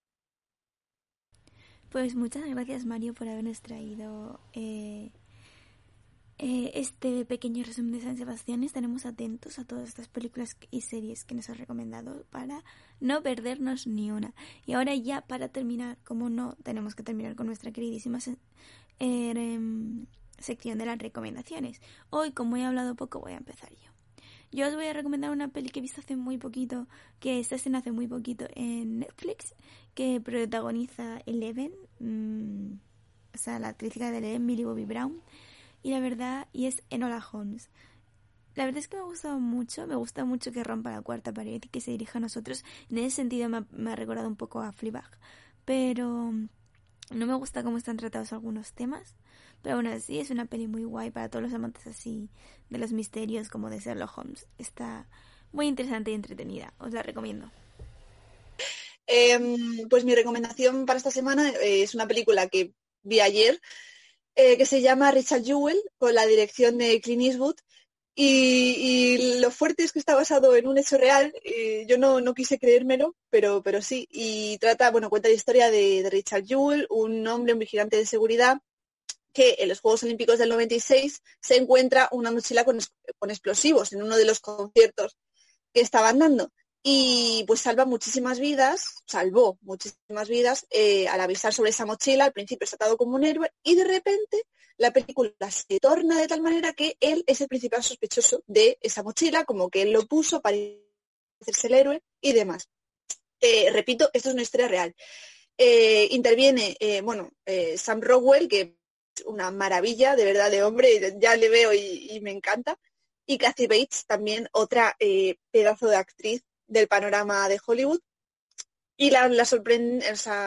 Pues muchas gracias, Mario, por habernos traído eh, eh, este pequeño resumen de San Sebastián. Estaremos atentos a todas estas películas y series que nos has recomendado para no perdernos ni una. Y ahora ya para terminar, como no, tenemos que terminar con nuestra queridísima se- eh, sección de las recomendaciones. Hoy, como he hablado poco, voy a empezar yo. Yo os voy a recomendar una peli que he visto hace muy poquito, que se estrenó hace muy poquito en Netflix, que protagoniza Eleven, mmm, o sea, la actriz de Eleven, Millie Bobby Brown, y la verdad, y es Enola Holmes. La verdad es que me ha gustado mucho, me gusta mucho que rompa la cuarta pared y que se dirija a nosotros. En ese sentido me ha, me ha recordado un poco a Fleabag, pero no me gusta cómo están tratados algunos temas. Pero bueno, sí, es una peli muy guay para todos los amantes así de los misterios como de Sherlock Holmes. Está muy interesante y entretenida. Os la recomiendo. Eh, pues mi recomendación para esta semana eh, es una película que vi ayer eh, que se llama Richard Jewell, con la dirección de Clint Eastwood. Y, y lo fuerte es que está basado en un hecho real. Eh, yo no, no quise creérmelo, pero, pero sí. Y trata, bueno, cuenta la historia de, de Richard Jewell, un hombre, un vigilante de seguridad, que en los Juegos Olímpicos del noventa y seis se encuentra una mochila con, con explosivos en uno de los conciertos que estaban dando. Y pues salva muchísimas vidas, salvó muchísimas vidas eh, al avisar sobre esa mochila. Al principio es tratado como un héroe y de repente la película se torna de tal manera que él es el principal sospechoso de esa mochila, como que él lo puso para hacerse el héroe y demás. Eh, repito, esto es una historia real. Eh, interviene, eh, bueno, eh, Sam Rockwell, que una maravilla, de verdad, de hombre, ya le veo y, y me encanta. Y Kathy Bates, también otra eh, pedazo de actriz del panorama de Hollywood. Y la, la sorprende, o sea,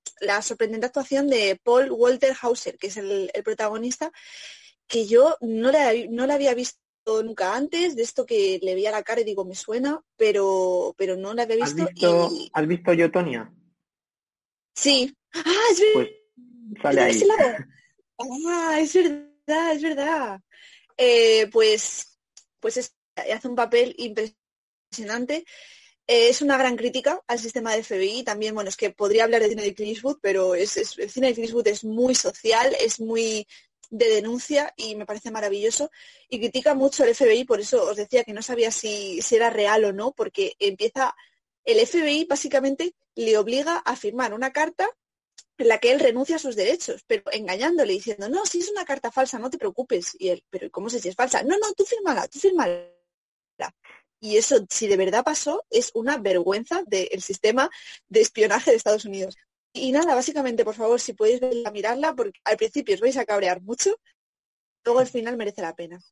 la sorprendente actuación de Paul Walter Hauser, que es el, el protagonista, que yo no la, no la había visto nunca antes, de esto que le veía la cara y digo, me suena, pero, pero no la había visto. ¿Has visto, y... ¿has visto Yo, Tonya? Sí. ¡Ah, es verdad! Pues sale ahí. ¡Ah, es verdad, es verdad! Eh, pues, pues es, hace un papel impresionante. Eh, es una gran crítica al sistema de F B I. También, bueno, es que podría hablar de cine de Clint Eastwood, pero es, es, el cine de Clint Eastwood es muy social, es muy de denuncia y me parece maravilloso. Y critica mucho el F B I, por eso os decía que no sabía si, si era real o no, porque empieza, el F B I básicamente le obliga a firmar una carta en la que él renuncia a sus derechos, pero engañándole, diciendo, no, si es una carta falsa, no te preocupes. Y él, pero ¿cómo sé si es falsa? No, no, tú fírmala, tú fírmala. Y eso, si de verdad pasó, es una vergüenza del sistema de espionaje de Estados Unidos. Y nada, básicamente, por favor, si podéis verla, mirarla, porque al principio os vais a cabrear mucho, luego al final merece la pena.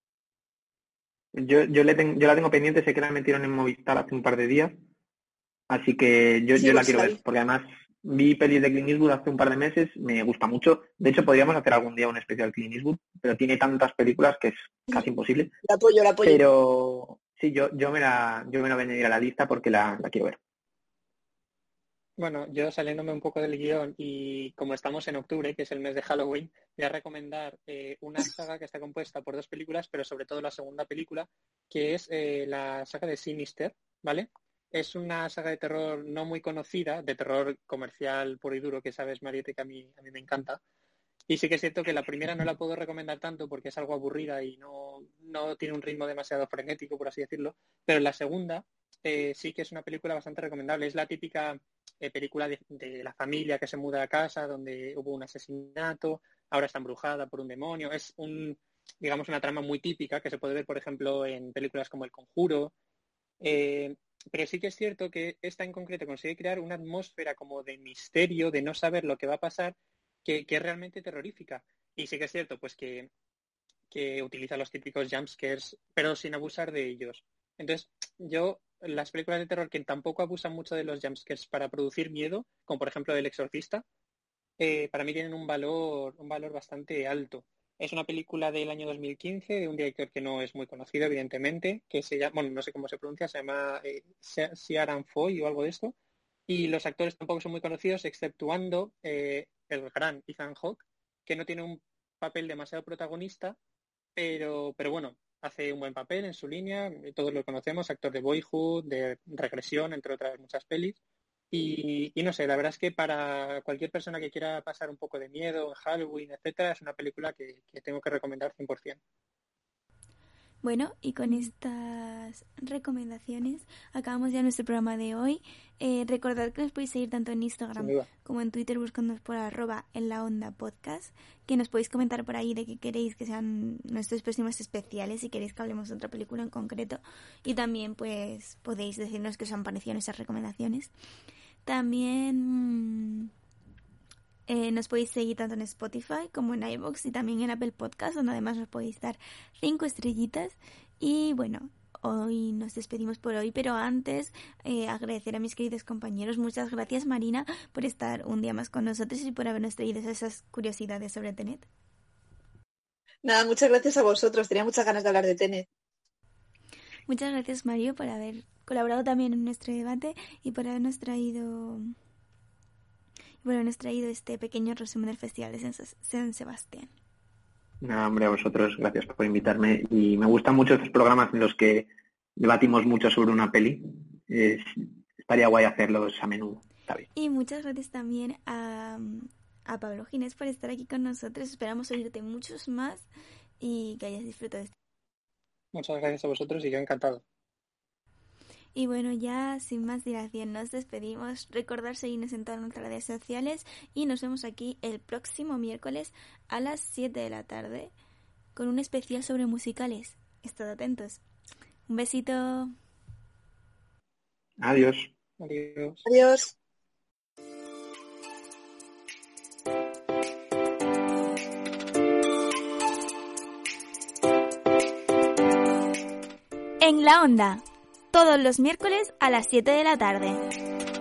Yo, yo, le ten, yo la tengo pendiente, sé que la metieron en Movistar hace un par de días, así que yo, Sí, yo la pues quiero la ver, vi. porque además vi pelis de Clint Eastwood hace un par de meses, me gusta mucho. De hecho, podríamos hacer algún día un especial Clint Eastwood, pero tiene tantas películas que es casi imposible. La apoyo, la apoyo. Pero sí, yo, yo, me la, yo me la voy a añadir a la lista porque la, la quiero ver. Bueno, yo saliéndome un poco del guión y como estamos en octubre, que es el mes de Halloween, voy a recomendar eh, una saga que está compuesta por dos películas, pero sobre todo la segunda película, que es eh, la saga de Sinister, ¿vale? Es una saga de terror no muy conocida, de terror comercial puro y duro, que sabes, Mariette, que a mí, a mí me encanta. Y sí que es cierto que la primera no la puedo recomendar tanto porque es algo aburrida y no, no tiene un ritmo demasiado frenético, por así decirlo, pero la segunda eh, sí que es una película bastante recomendable. Es la típica eh, película de, de la familia que se muda a casa donde hubo un asesinato, ahora está embrujada por un demonio. Es un, digamos, una trama muy típica que se puede ver, por ejemplo, en películas como El Conjuro. Eh, pero sí que es cierto que esta en concreto consigue crear una atmósfera como de misterio, de no saber lo que va a pasar, que, que es realmente terrorífica. Y sí que es cierto, pues que, que utiliza los típicos jumpscares, pero sin abusar de ellos. Entonces, yo, las películas de terror que tampoco abusan mucho de los jumpscares para producir miedo, como por ejemplo El Exorcista, eh, para mí tienen un valor, un valor bastante alto. Es una película del año dos mil quince de un director que no es muy conocido, evidentemente, que se llama, bueno, no sé cómo se pronuncia, se llama eh, Ciarán Foy o algo de esto. Y los actores tampoco son muy conocidos, exceptuando eh, el gran Ethan Hawke, que no tiene un papel demasiado protagonista, pero, pero bueno, hace un buen papel en su línea, todos lo conocemos, actor de Boyhood, de Regresión, entre otras muchas pelis. Y, y no sé, la verdad es que para cualquier persona que quiera pasar un poco de miedo en Halloween, etcétera, es una película que, que tengo que recomendar cien por ciento. Bueno, y con estas recomendaciones acabamos ya nuestro programa de hoy. Eh, recordad que nos podéis seguir tanto en Instagram como en Twitter buscándonos por arroba en la onda podcast, que nos podéis comentar por ahí de qué queréis que sean nuestros próximos especiales, si queréis que hablemos de otra película en concreto, y también pues podéis decirnos qué os han parecido nuestras recomendaciones. También eh, nos podéis seguir tanto en Spotify como en iVoox y también en Apple Podcast, donde además nos podéis dar cinco estrellitas. Y bueno, hoy nos despedimos por hoy, pero antes eh, agradecer a mis queridos compañeros. Muchas gracias, Marina, por estar un día más con nosotros y por habernos traído esas curiosidades sobre Tenet. Nada, muchas gracias a vosotros. Tenía muchas ganas de hablar de Tenet. Muchas gracias, Mario, por haber colaborado también en nuestro debate y por habernos traído, por habernos traído este pequeño resumen del Festival de San Sebastián. Nada, hombre, a vosotros, gracias por invitarme. Y me gustan mucho estos programas en los que debatimos mucho sobre una peli. Eh, estaría guay hacerlos a menudo. Está bien. Y muchas gracias también a, a Pablo Ginés por estar aquí con nosotros. Esperamos oírte muchos más y que hayas disfrutado de este. Muchas gracias a vosotros y yo encantado. Y bueno, ya sin más dilación nos despedimos. Recordad seguirnos en todas nuestras redes sociales y nos vemos aquí el próximo miércoles a las siete de la tarde con un especial sobre musicales. Estad atentos. Un besito. Adiós. Adiós. Adiós. En la onda, todos los miércoles a las siete de la tarde.